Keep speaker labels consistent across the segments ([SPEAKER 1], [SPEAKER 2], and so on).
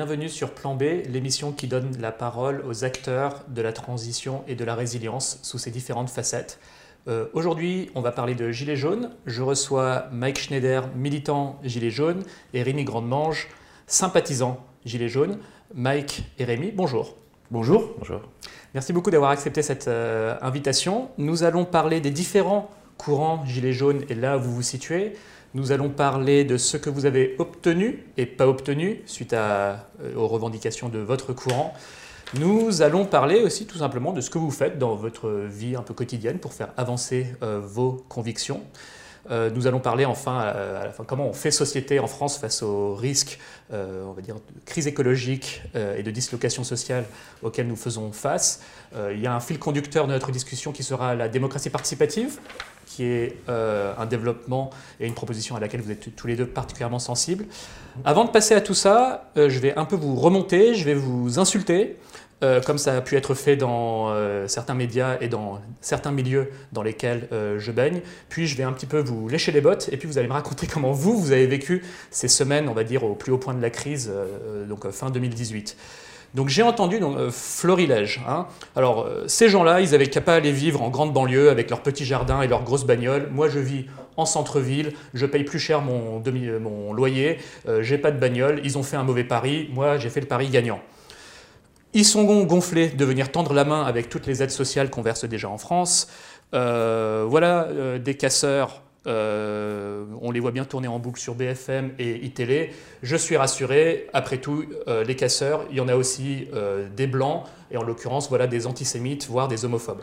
[SPEAKER 1] bienvenue sur Plan B, l'émission qui donne la parole aux acteurs de la transition et de la résilience sous ses différentes facettes. Aujourd'hui, on va parler de Gilets jaunes. Je reçois Mike Schneider, militant Gilets jaunes, et Rémi Grandemange, sympathisant Gilets jaunes. Mike et Rémi, bonjour.
[SPEAKER 2] Bonjour. Bonjour.
[SPEAKER 1] Merci beaucoup d'avoir accepté cette invitation. Nous allons parler des différents courants Gilets jaunes et là où vous vous situez. Nous allons parler de ce que vous avez obtenu et pas obtenu suite aux revendications de votre courant. Nous allons parler aussi tout simplement de ce que vous faites dans votre vie un peu quotidienne pour faire avancer vos convictions. Nous allons parler enfin à la fin comment on fait société en France face aux risques, on va dire, de crise écologique et de dislocation sociale auxquels nous faisons face. Il y a un fil conducteur de notre discussion qui sera la démocratie participative, qui est un développement et une proposition à laquelle vous êtes tous les deux particulièrement sensibles. Avant de passer à tout ça, je vais un peu vous remonter, je vais vous insulter, comme ça a pu être fait dans certains médias et dans certains milieux dans lesquels je baigne. Puis je vais un petit peu vous lécher les bottes et puis vous allez me raconter comment vous avez vécu ces semaines, on va dire, au plus haut point de la crise, donc fin 2018. Donc j'ai entendu florilège. Hein. Alors ces gens-là, ils avaient qu'à pas aller vivre en grande banlieue avec leurs petits jardins et leurs grosses bagnoles. Moi je vis en centre-ville, je paye plus cher mon loyer, j'ai pas de bagnole, ils ont fait un mauvais pari, moi j'ai fait le pari gagnant. Ils sont gonflés de venir tendre la main avec toutes les aides sociales qu'on verse déjà en France. Voilà des casseurs. On les voit bien tourner en boucle sur BFM et iTélé. Je suis rassuré, après tout, les casseurs, il y en a aussi des blancs, et en l'occurrence, voilà, des antisémites, voire des homophobes.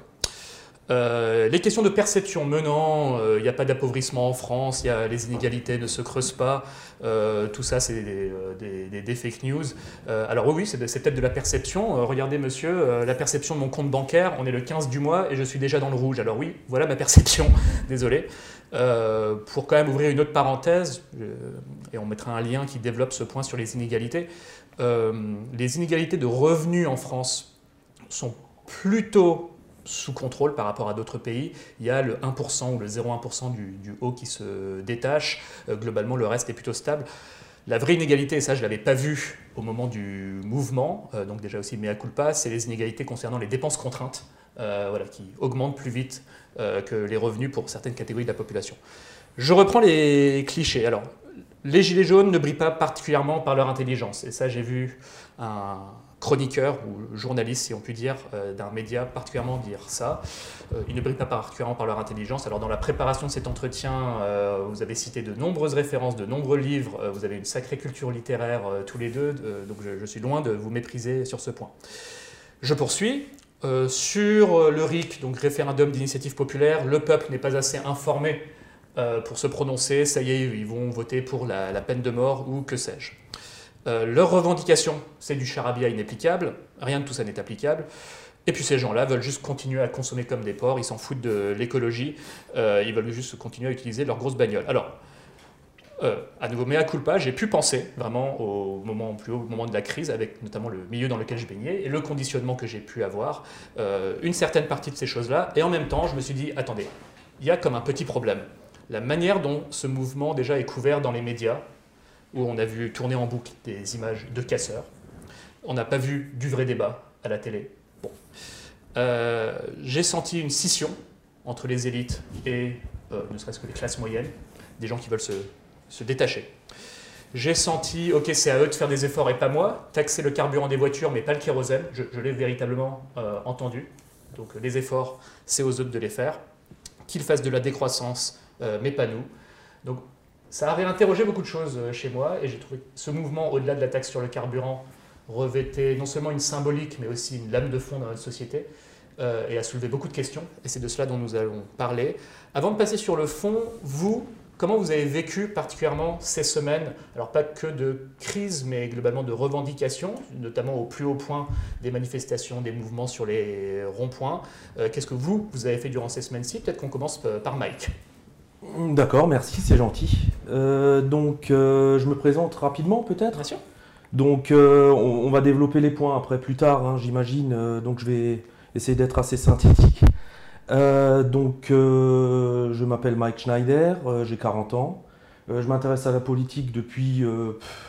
[SPEAKER 1] Les questions de perception menant, il n'y a pas d'appauvrissement en France, les inégalités ne se creusent pas, tout ça c'est des fake news. Alors oui, c'est peut-être de la perception. Regardez monsieur, la perception de mon compte bancaire, on est le 15 du mois et je suis déjà dans le rouge. Alors oui, voilà ma perception, désolé. Pour quand même ouvrir une autre parenthèse, et on mettra un lien qui développe ce point sur les inégalités, les inégalités de revenus en France sont plutôt sous contrôle par rapport à d'autres pays. Il y a le 1% ou le 0,1% du haut qui se détache. Globalement, le reste est plutôt stable. La vraie inégalité, et ça je ne l'avais pas vu au moment du mouvement, donc déjà aussi mea culpa, c'est les inégalités concernant les dépenses contraintes, voilà, qui augmentent plus vite que les revenus pour certaines catégories de la population. Je reprends les clichés. Alors, les gilets jaunes ne brillent pas particulièrement par leur intelligence. Et ça, j'ai vu un chroniqueur ou journaliste, si on peut dire, d'un média particulièrement dire ça. Ils ne brillent pas particulièrement par leur intelligence. Alors dans la préparation de cet entretien, vous avez cité de nombreuses références, de nombreux livres, vous avez une sacrée culture littéraire tous les deux, donc je suis loin de vous mépriser sur ce point. Je poursuis. Sur le RIC, donc référendum d'initiative populaire, le peuple n'est pas assez informé pour se prononcer, ça y est, ils vont voter pour la peine de mort ou que sais-je. Leur revendication, c'est du charabia inapplicable, rien de tout ça n'est applicable. Et puis ces gens-là veulent juste continuer à consommer comme des porcs, ils s'en foutent de l'écologie, ils veulent juste continuer à utiliser leurs grosses bagnoles. Alors, à nouveau, mea culpa, j'ai pu penser vraiment au plus haut moment de la crise, avec notamment le milieu dans lequel je baignais et le conditionnement que j'ai pu avoir, une certaine partie de ces choses-là. Et en même temps, je me suis dit, attendez, il y a comme un petit problème. La manière dont ce mouvement déjà est couvert dans les médias, où on a vu tourner en boucle des images de casseurs. On n'a pas vu du vrai débat à la télé. Bon. J'ai senti une scission entre les élites et ne serait-ce que les classes moyennes, des gens qui veulent se détacher. J'ai senti, ok, c'est à eux de faire des efforts et pas moi, taxer le carburant des voitures mais pas le kérosène, je l'ai véritablement entendu. Donc les efforts, c'est aux autres de les faire. Qu'ils fassent de la décroissance, mais pas nous. Donc ça a réinterrogé beaucoup de choses chez moi et j'ai trouvé que ce mouvement, au-delà de la taxe sur le carburant, revêtait non seulement une symbolique mais aussi une lame de fond dans notre société et a soulevé beaucoup de questions et c'est de cela dont nous allons parler. Avant de passer sur le fond, comment vous avez vécu particulièrement ces semaines, alors pas que de crise mais globalement de revendications, notamment au plus haut point des manifestations, des mouvements sur les ronds-points. Qu'est-ce que vous avez fait durant ces semaines-ci? Peut-être qu'on commence par Mike.
[SPEAKER 2] D'accord, merci, c'est gentil. Donc, je me présente rapidement peut-être.
[SPEAKER 1] Bien sûr.
[SPEAKER 2] Donc, on va développer les points après plus tard, hein, j'imagine. Donc, je vais essayer d'être assez synthétique. Je m'appelle Mike Schneider, j'ai 40 ans. Je m'intéresse à la politique depuis, je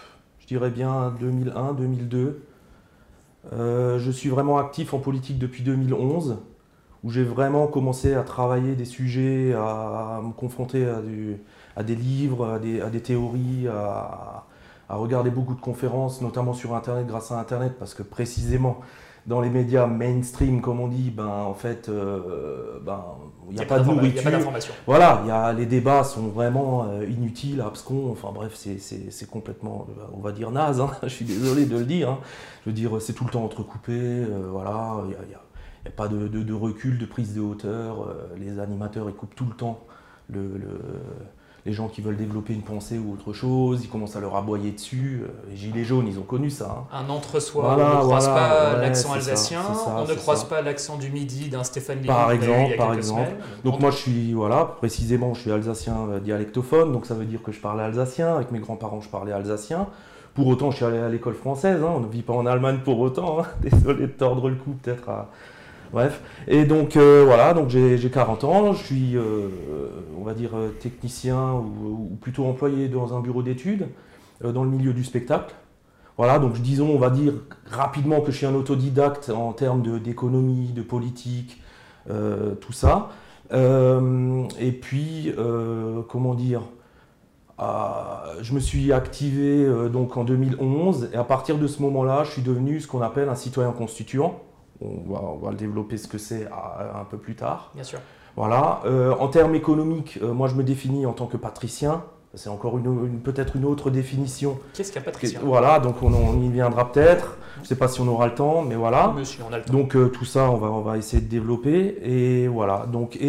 [SPEAKER 2] je dirais bien 2001, 2002. Je suis vraiment actif en politique depuis 2011, où j'ai vraiment commencé à travailler des sujets, à me confronter à des livres, à des théories, à regarder beaucoup de conférences, notamment sur Internet, grâce à Internet, parce que précisément, dans les médias mainstream, comme on dit, en fait, il n'y a pas de nourriture.
[SPEAKER 1] Il n'y a pas d'information.
[SPEAKER 2] Voilà, les débats sont vraiment inutiles, abscons, enfin bref, c'est complètement, on va dire, naze, hein. Je suis désolé de le dire. Hein. Je veux dire, c'est tout le temps entrecoupé, voilà, il n'y a pas de recul, de prise de hauteur. Les animateurs, ils coupent tout le temps les gens qui veulent développer une pensée ou autre chose, ils commencent à leur aboyer dessus. Les gilets jaunes, ils ont connu ça. Hein.
[SPEAKER 1] Un entre-soi, on ne croise pas l'accent alsacien, on ne croise pas l'accent du midi d'un Stéphane Lévy.
[SPEAKER 2] Par exemple. Semaines. Donc moi, je suis, précisément, je suis alsacien dialectophone, donc ça veut dire que je parlais alsacien. Avec mes grands-parents, je parlais alsacien. Pour autant, je suis allé à l'école française, hein. On ne vit pas en Allemagne pour autant. Hein. Désolé de tordre le cou, peut-être à... Bref, et donc donc j'ai 40 ans, je suis, on va dire, technicien ou plutôt employé dans un bureau d'études dans le milieu du spectacle. Voilà, donc disons, on va dire rapidement que je suis un autodidacte en termes d'économie, de politique, tout ça. Et puis, comment dire, je me suis activé donc en 2011 et à partir de ce moment-là, je suis devenu ce qu'on appelle un citoyen constituant. On va le développer ce que c'est un peu plus tard.
[SPEAKER 1] Bien sûr.
[SPEAKER 2] Voilà. En termes économiques, moi je me définis en tant que patricien. C'est encore peut-être une autre définition.
[SPEAKER 1] Qu'est-ce qu'un patricien ?
[SPEAKER 2] Voilà, donc on y viendra peut-être. Je ne sais pas si on aura le temps, mais voilà.
[SPEAKER 1] Monsieur, on a le temps.
[SPEAKER 2] Donc tout ça, on va essayer de développer. Et voilà. Donc,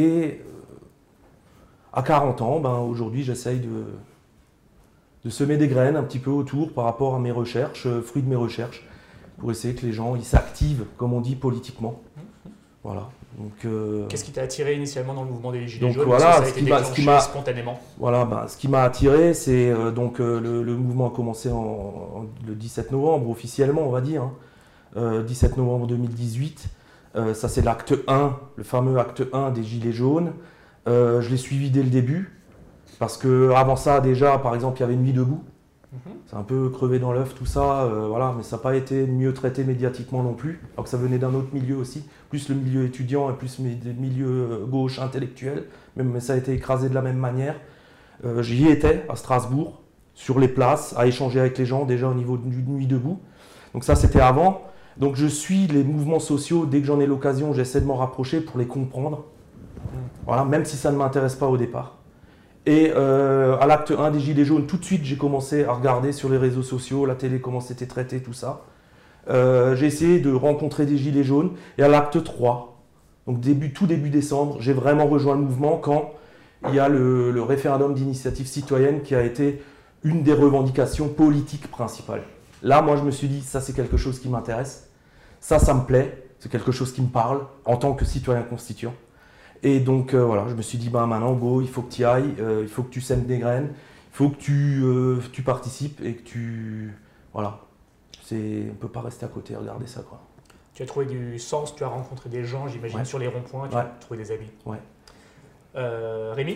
[SPEAKER 2] à 40 ans, aujourd'hui, j'essaye de semer des graines un petit peu autour par rapport à mes recherches, fruits de mes recherches, pour essayer que les gens ils s'activent, comme on dit, politiquement. Voilà. Donc,
[SPEAKER 1] qu'est-ce qui t'a attiré initialement dans le mouvement des Gilets jaunes ?
[SPEAKER 2] Voilà,
[SPEAKER 1] ça a été déclenché spontanément.
[SPEAKER 2] Voilà, ce qui m'a attiré, c'est le mouvement a commencé le 17 novembre, officiellement, on va dire. 17 novembre 2018. Ça, c'est l'acte 1, le fameux acte 1 des Gilets jaunes. Je l'ai suivi dès le début, parce qu'avant ça, déjà, par exemple, il y avait Nuit debout. C'est un peu crevé dans l'œuf tout ça, voilà, mais ça n'a pas été mieux traité médiatiquement non plus, alors que ça venait d'un autre milieu aussi, plus le milieu étudiant et plus le milieu gauche intellectuel, mais ça a été écrasé de la même manière. J'y étais à Strasbourg, sur les places, à échanger avec les gens déjà au niveau du Nuit debout, donc ça c'était avant. Donc je suis les mouvements sociaux, dès que j'en ai l'occasion, j'essaie de m'en rapprocher pour les comprendre, voilà, même si ça ne m'intéresse pas au départ. Et à l'acte 1 des Gilets jaunes, tout de suite, j'ai commencé à regarder sur les réseaux sociaux, la télé, comment c'était traité, tout ça. J'ai essayé de rencontrer des Gilets jaunes. Et à l'acte 3, donc tout début décembre, j'ai vraiment rejoint le mouvement quand il y a le référendum d'initiative citoyenne qui a été une des revendications politiques principales. Là, moi, je me suis dit, ça, c'est quelque chose qui m'intéresse. Ça me plaît. C'est quelque chose qui me parle en tant que citoyen constituant. Et donc voilà, je me suis dit, maintenant, go, il faut que tu y ailles, il faut que tu sèmes des graines, il faut que tu participes et que tu... Voilà, on ne peut pas rester à côté et regarder ça, quoi.
[SPEAKER 1] Tu as trouvé du sens, tu as rencontré des gens, j'imagine, sur les ronds-points, tu as trouvé des amis.
[SPEAKER 2] Ouais.
[SPEAKER 1] Rémi ?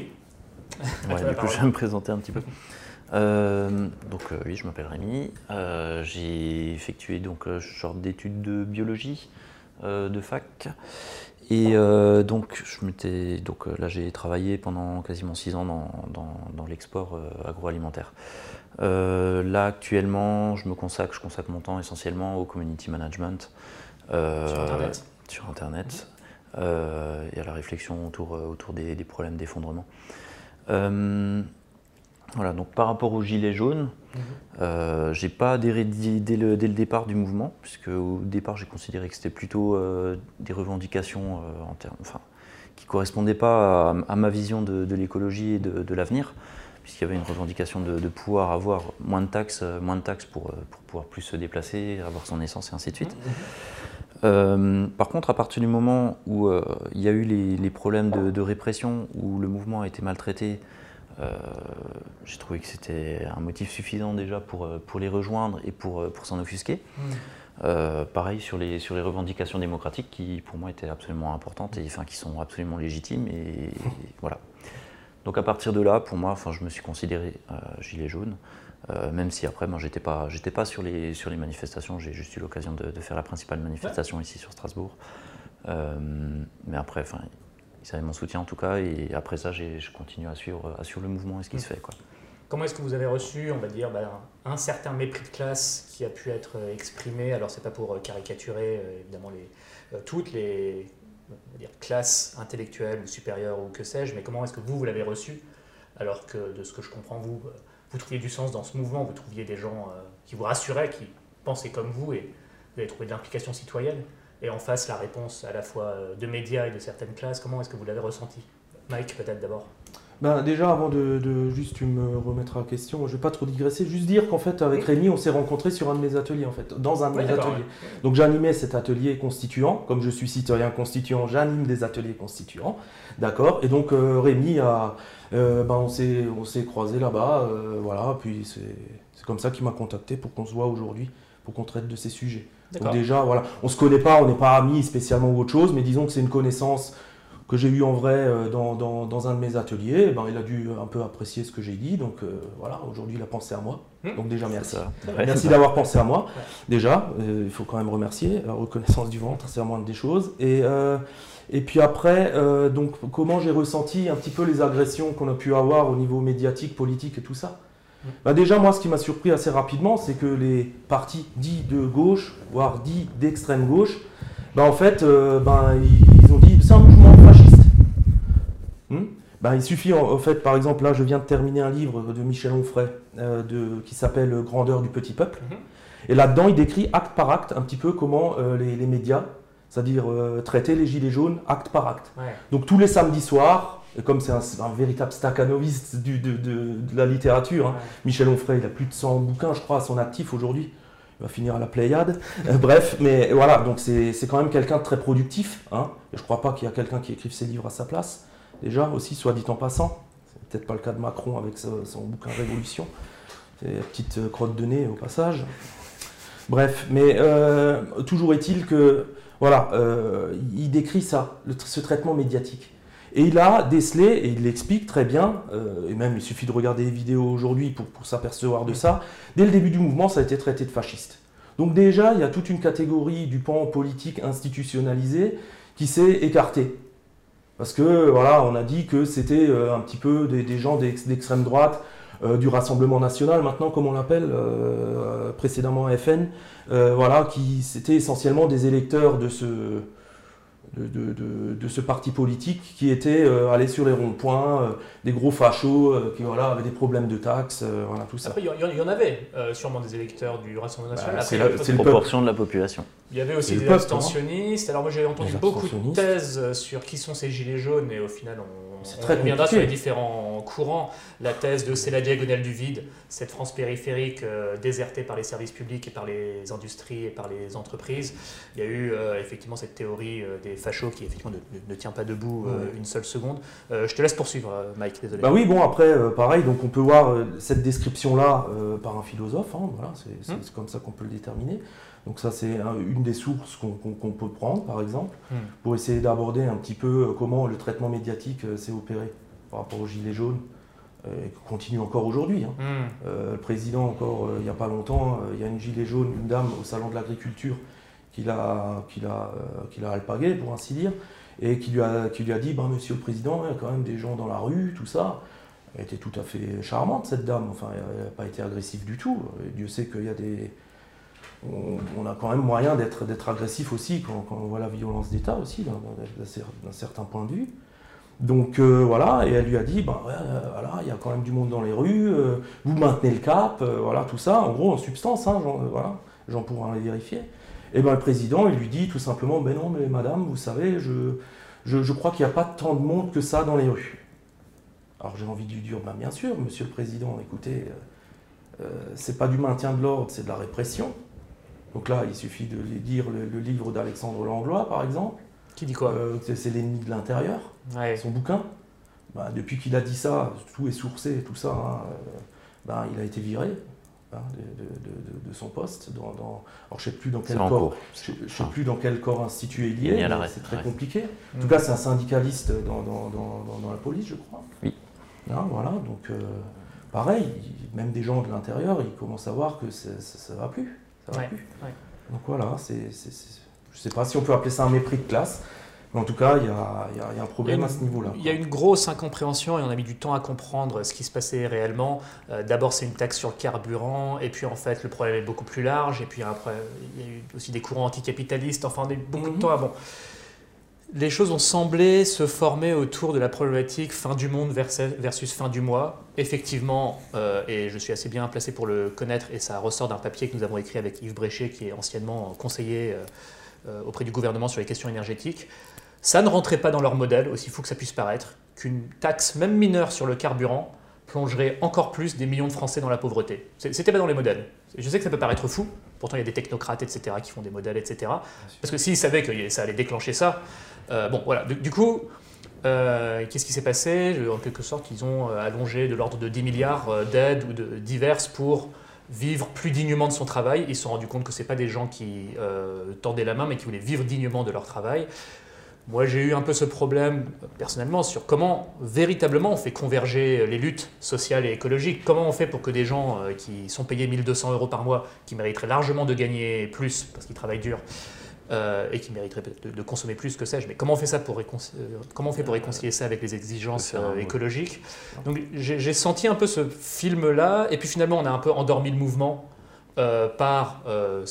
[SPEAKER 3] Du coup, je vais me présenter un petit peu. Oui, je m'appelle Rémi. J'ai effectué une sorte d'études de biologie de fac. Et là, j'ai travaillé pendant quasiment 6 ans dans l'export agroalimentaire. Là, actuellement, je consacre mon temps essentiellement au community management. Sur Internet. Et à la réflexion autour des problèmes d'effondrement. Voilà, donc par rapport aux Gilets jaunes, j'ai pas adhéré dès le départ du mouvement, puisque au départ j'ai considéré que c'était plutôt des revendications qui ne correspondaient pas à ma vision de l'écologie et de l'avenir, puisqu'il y avait une revendication de pouvoir avoir moins de taxes pour pouvoir plus se déplacer, avoir son essence et ainsi de suite. Par contre, à partir du moment où il y a eu les problèmes de répression, où le mouvement a été maltraité, j'ai trouvé que c'était un motif suffisant déjà pour les rejoindre et pour s'en offusquer. Pareil sur les revendications démocratiques qui pour moi étaient absolument importantes et qui sont absolument légitimes. Et voilà. Donc à partir de là, pour moi, je me suis considéré gilet jaune, même si après, moi, j'étais pas sur les manifestations. J'ai juste eu l'occasion de faire la principale manifestation ici sur Strasbourg. Mais après, ils avaient mon soutien en tout cas, et après ça, je continue à suivre le mouvement et ce qui se fait, quoi.
[SPEAKER 1] Comment est-ce que vous avez reçu, on va dire, un certain mépris de classe qui a pu être exprimé? Alors, c'est pas pour caricaturer évidemment toutes les on va dire, classes intellectuelles ou supérieures ou que sais-je, mais comment est-ce que vous l'avez reçu? Alors que, de ce que je comprends, vous trouviez du sens dans ce mouvement, vous trouviez des gens qui vous rassuraient, qui pensaient comme vous, et vous avez trouvé de l'implication citoyenne. Et en face, la réponse à la fois de médias et de certaines classes, comment est-ce que vous l'avez ressenti? Mike, peut-être d'abord.
[SPEAKER 2] Déjà, avant de juste tu me remettre la question, je ne vais pas trop digresser, juste dire qu'en fait, avec Rémi, on s'est rencontrés sur un de mes ateliers, en fait, dans un de mes ateliers. Ouais. Donc, j'animais cet atelier constituant. Comme je suis citoyen constituant, j'anime des ateliers constituants. D'accord. Et donc, Rémi, on s'est croisés là-bas. Voilà. Puis, c'est comme ça qu'il m'a contacté pour qu'on se voit aujourd'hui, pour qu'on traite de ces sujets. Donc, déjà, voilà. On ne se connaît pas, on n'est pas amis spécialement ou autre chose, mais disons que c'est une connaissance que j'ai eu en vrai dans un de mes ateliers. Il a dû un peu apprécier ce que j'ai dit, donc voilà, aujourd'hui il a pensé à moi, donc déjà merci. Merci d'avoir pensé à moi, déjà, il faut quand même remercier, la reconnaissance du ventre, c'est la moindre des choses. Et puis après, donc comment j'ai ressenti un petit peu les agressions qu'on a pu avoir au niveau médiatique, politique et tout ça. Déjà, moi, ce qui m'a surpris assez rapidement, c'est que les partis dits de gauche, voire dits d'extrême gauche, en fait, ils ont dit c'est un mouvement fasciste. Il suffit, en fait, par exemple, là, je viens de terminer un livre de Michel Onfray qui s'appelle Grandeur du petit peuple. Et là-dedans, il décrit acte par acte un petit peu comment les médias, c'est-à-dire traiter les gilets jaunes acte par acte. Ouais. Donc tous les samedis soirs, et comme c'est un véritable stakhanoviste de la littérature, Michel Onfray, il a plus de 100 bouquins, je crois, à son actif aujourd'hui. Il va finir à la Pléiade. Bref, mais voilà, donc c'est quand même quelqu'un de très productif. Et je ne crois pas qu'il y a quelqu'un qui écrive ses livres à sa place. Déjà, aussi, soit dit en passant. C'est peut-être pas le cas de Macron avec son bouquin Révolution. C'est une petite crotte de nez au passage. Bref, mais toujours est-il que, voilà, il décrit ça, ce traitement médiatique. Et il a décelé, et il l'explique très bien, et même il suffit de regarder les vidéos aujourd'hui pour s'apercevoir de ça. Dès le début du mouvement, ça a été traité de fasciste. Donc déjà, il y a toute une catégorie du pan politique institutionnalisé qui s'est écartée. Parce que, voilà, on a dit que c'était un petit peu des gens d'extrême droite, du Rassemblement National, maintenant, comme on l'appelle, précédemment FN, voilà, qui c'était essentiellement des électeurs de ce parti politique qui était allé sur les ronds-points, des gros fachos qui voilà, avaient des problèmes de taxes, voilà, tout ça.
[SPEAKER 1] Après, il y en avait sûrement des électeurs du Rassemblement National.
[SPEAKER 3] C'est la proportion de la population.
[SPEAKER 1] Il y avait aussi des abstentionnistes. Alors moi j'ai entendu beaucoup de thèses sur qui sont ces gilets jaunes et au final on reviendra sur les différents courants. La thèse de c'est la diagonale du vide, cette France périphérique désertée par les services publics et par les industries et par les entreprises. Il y a eu effectivement cette théorie des fachos qui effectivement ne tient pas debout une seule seconde. Je te laisse poursuivre, Mike, désolé.
[SPEAKER 2] Oui, bon après pareil, donc on peut voir cette description-là par un philosophe, voilà, c'est comme ça qu'on peut le déterminer. Donc ça c'est une des sources qu'on peut prendre par exemple pour essayer d'aborder un petit peu comment le traitement médiatique s'est opéré par rapport aux gilets jaunes et continue encore aujourd'hui. Le président encore il n'y a pas longtemps, il y a une gilet jaune, une dame au salon de l'agriculture qui l'a alpagué pour ainsi dire et qui lui a dit monsieur le président, il y a quand même des gens dans la rue, tout ça. Elle était tout à fait charmante cette dame, enfin elle n'a pas été agressive du tout. Et Dieu sait qu'il y a des... On a quand même moyen d'être agressif aussi quand on voit la violence d'État aussi, d'un certain point de vue. Donc voilà, et elle lui a dit, voilà, il y a quand même du monde dans les rues, vous maintenez le cap, voilà, tout ça, en gros, en substance, voilà, j'en pourrais les vérifier. Et le président, il lui dit tout simplement, non, mais madame, vous savez, je crois qu'il n'y a pas tant de monde que ça dans les rues. Alors j'ai envie de lui dire, bien sûr, monsieur le président, écoutez, c'est pas du maintien de l'ordre, c'est de la répression. Donc là, il suffit de lire le livre d'Alexandre Langlois, par exemple.
[SPEAKER 1] Qui dit quoi
[SPEAKER 2] c'est l'ennemi de l'intérieur, son bouquin. Depuis qu'il a dit ça, tout est sourcé, tout ça, il a été viré de son poste. Alors je ne sais plus dans quel corps. Je sais plus dans quel corps institué il y est. C'est très compliqué. En tout cas, c'est un syndicaliste dans la police, je crois.
[SPEAKER 3] Oui.
[SPEAKER 2] Hein, voilà, donc pareil, même des gens de l'intérieur, ils commencent à voir que ça va plus. Ça va plus.
[SPEAKER 1] Ouais.
[SPEAKER 2] Donc voilà, je ne sais pas si on peut appeler ça un mépris de classe, mais en tout cas, il y a un problème à ce niveau-là.
[SPEAKER 1] Il y a une grosse incompréhension et on a mis du temps à comprendre ce qui se passait réellement. D'abord, c'est une taxe sur le carburant, et puis en fait, le problème est beaucoup plus large, et puis après, il y a eu aussi des courants anticapitalistes, enfin, on a eu beaucoup de temps avant. Les choses ont semblé se former autour de la problématique fin du monde versus fin du mois. Effectivement, et je suis assez bien placé pour le connaître, et ça ressort d'un papier que nous avons écrit avec Yves Bréchet, qui est anciennement conseiller auprès du gouvernement sur les questions énergétiques. Ça ne rentrait pas dans leur modèle, aussi fou que ça puisse paraître, qu'une taxe, même mineure, sur le carburant plongerait encore plus des millions de Français dans la pauvreté. C'était pas dans les modèles. Je sais que ça peut paraître fou, pourtant il y a des technocrates, etc., qui font des modèles, etc. Parce que s'ils savaient que ça allait déclencher ça, bon, voilà. Du coup, qu'est-ce qui s'est passé? En quelque sorte, ils ont allongé de l'ordre de 10 milliards d'aides ou diverses pour vivre plus dignement de son travail. Ils se sont rendus compte que ce n'est pas des gens qui tordaient la main, mais qui voulaient vivre dignement de leur travail. Moi, j'ai eu un peu ce problème, personnellement, sur comment véritablement on fait converger les luttes sociales et écologiques. Comment on fait pour que des gens qui sont payés 1 200 € par mois, qui mériteraient largement de gagner plus, parce qu'ils travaillent dur, et qui mériteraient de consommer plus, que sais-je, mais comment on fait ça pour réconcilier ça avec les exigences écologiques? Donc j'ai senti un peu ce film-là, et puis finalement on a un peu endormi le mouvement par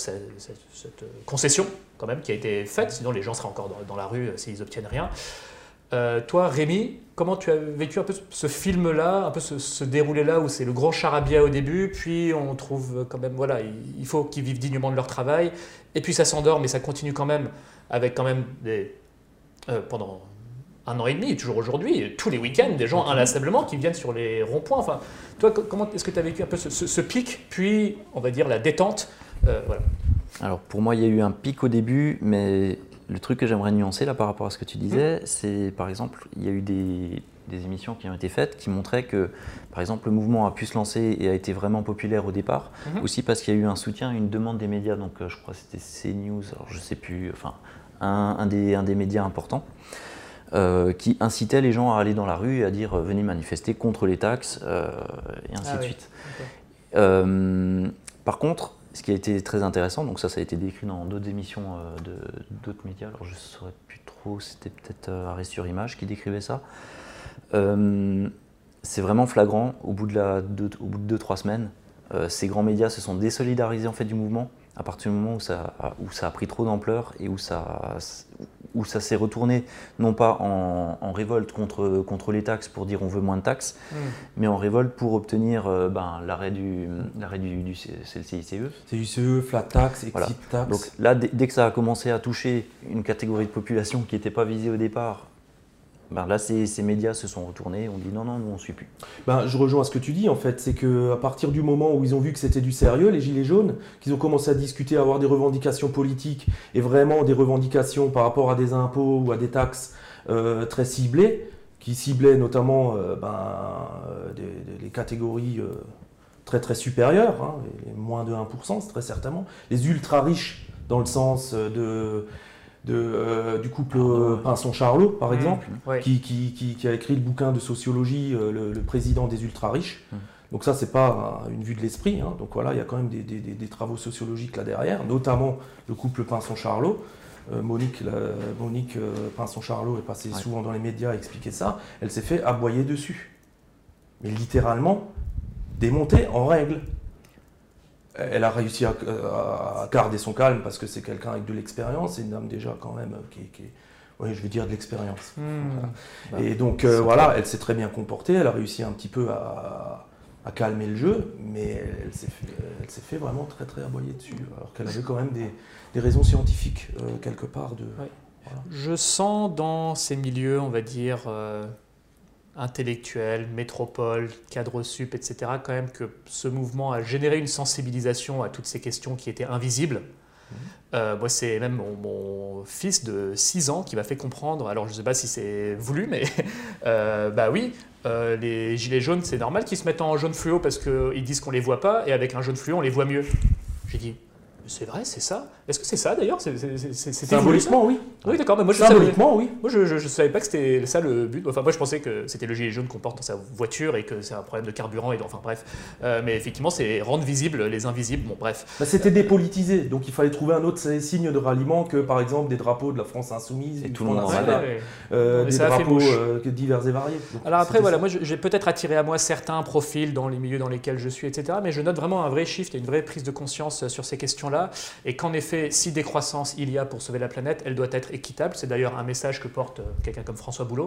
[SPEAKER 1] cette concession quand même qui a été faite, sinon les gens seraient encore dans la rue s'ils n'obtiennent rien. Toi, Rémi, comment tu as vécu un peu ce film-là, un peu ce déroulé-là où c'est le gros charabia au début, puis on trouve quand même, voilà, il faut qu'ils vivent dignement de leur travail, et puis ça s'endort, mais ça continue quand même, avec quand même pendant 1 an et demi, toujours aujourd'hui, tous les week-ends, des gens inlassablement qui viennent sur les ronds-points. Enfin, toi, comment est-ce que tu as vécu un peu ce pic, puis, on va dire, la détente voilà.
[SPEAKER 3] Alors, pour moi, il y a eu un pic au début, mais le truc que j'aimerais nuancer là par rapport à ce que tu disais, c'est par exemple, il y a eu des émissions qui ont été faites qui montraient que, par exemple, le mouvement a pu se lancer et a été vraiment populaire au départ, aussi parce qu'il y a eu un soutien, une demande des médias, donc je crois que c'était CNews, alors je ne sais plus, enfin, un des médias importants, qui incitait les gens à aller dans la rue et à dire venez manifester contre les taxes, et ainsi de suite. Par contre, ce qui a été très intéressant, donc ça a été décrit dans d'autres émissions d'autres médias, alors je ne saurais plus trop, c'était peut-être Arrêt sur Image qui décrivait ça. C'est vraiment flagrant, au bout de 2-3 semaines, ces grands médias se sont désolidarisés en fait du mouvement, à partir du moment où ça a pris trop d'ampleur et où ça s'est retourné, non pas en révolte contre les taxes pour dire on veut moins de taxes, mais en révolte pour obtenir l'arrêt du CICE.
[SPEAKER 2] CICE, flat tax, exit tax.
[SPEAKER 3] Donc là, dès que ça a commencé à toucher une catégorie de population qui n'était pas visée au départ, là, ces médias se sont retournés, on dit non, nous on ne suit plus.
[SPEAKER 2] Je rejoins ce que tu dis en fait, c'est qu'à partir du moment où ils ont vu que c'était du sérieux, les Gilets jaunes, qu'ils ont commencé à discuter, à avoir des revendications politiques et vraiment des revendications par rapport à des impôts ou à des taxes très ciblées, qui ciblaient notamment les catégories très très supérieures, hein, les moins de 1%, c'est très certainement, les ultra riches dans le sens du couple Pinson-Charlot, par exemple, qui a écrit le bouquin de sociologie, le président des ultra-riches. Donc ça, c'est pas une vue de l'esprit. Hein. Donc voilà, il y a quand même des travaux sociologiques là derrière, notamment le couple Pinson-Charlot. Monique Pinson-Charlot est passée souvent dans les médias à expliquer ça. Elle s'est fait aboyer dessus. Mais littéralement, démontée en règle. Elle a réussi à garder son calme parce que c'est quelqu'un avec de l'expérience, c'est une dame déjà quand même qui est oui, je veux dire de l'expérience. Voilà. Et donc voilà, elle s'est très bien comportée, elle a réussi un petit peu à calmer le jeu, mais elle s'est fait vraiment très très aboyer dessus, alors qu'elle avait quand même des raisons scientifiques quelque part.
[SPEAKER 1] Voilà. Je sens dans ces milieux, on va dire, intellectuels, métropole, cadre sup, etc., quand même que ce mouvement a généré une sensibilisation à toutes ces questions qui étaient invisibles. Moi, c'est même mon fils de 6 ans qui m'a fait comprendre, alors je ne sais pas si c'est voulu, mais oui, les gilets jaunes, c'est normal qu'ils se mettent en jaune fluo parce qu'ils disent qu'on ne les voit pas, et avec un jaune fluo, on les voit mieux. J'ai dit, C'est vrai, c'est ça. Est-ce que c'est ça d'ailleurs? C'était
[SPEAKER 2] Symboliquement, oui.
[SPEAKER 1] Oui, d'accord, mais moi
[SPEAKER 2] Symboliquement, oui.
[SPEAKER 1] Moi, je savais pas que c'était ça le but. Enfin, moi, je pensais que c'était le gilet jaune qu'on porte dans sa voiture et que c'est un problème de carburant. Enfin, bref. Mais effectivement, c'est rendre visibles les invisibles. Bon, bref.
[SPEAKER 2] C'était dépolitisé, donc il fallait trouver un autre signe de ralliement que, par exemple, des drapeaux de la France insoumise,
[SPEAKER 3] et tout le monde
[SPEAKER 2] des drapeaux divers et variés. Donc,
[SPEAKER 1] alors après, voilà, moi, j'ai peut-être attiré à moi certains profils dans les milieux dans lesquels je suis, etc. Mais je note vraiment un vrai shift et une vraie prise de conscience sur ces questions-là. Et qu'en effet, si décroissance il y a pour sauver la planète, elle doit être équitable. C'est d'ailleurs un message que porte quelqu'un comme François Boulot,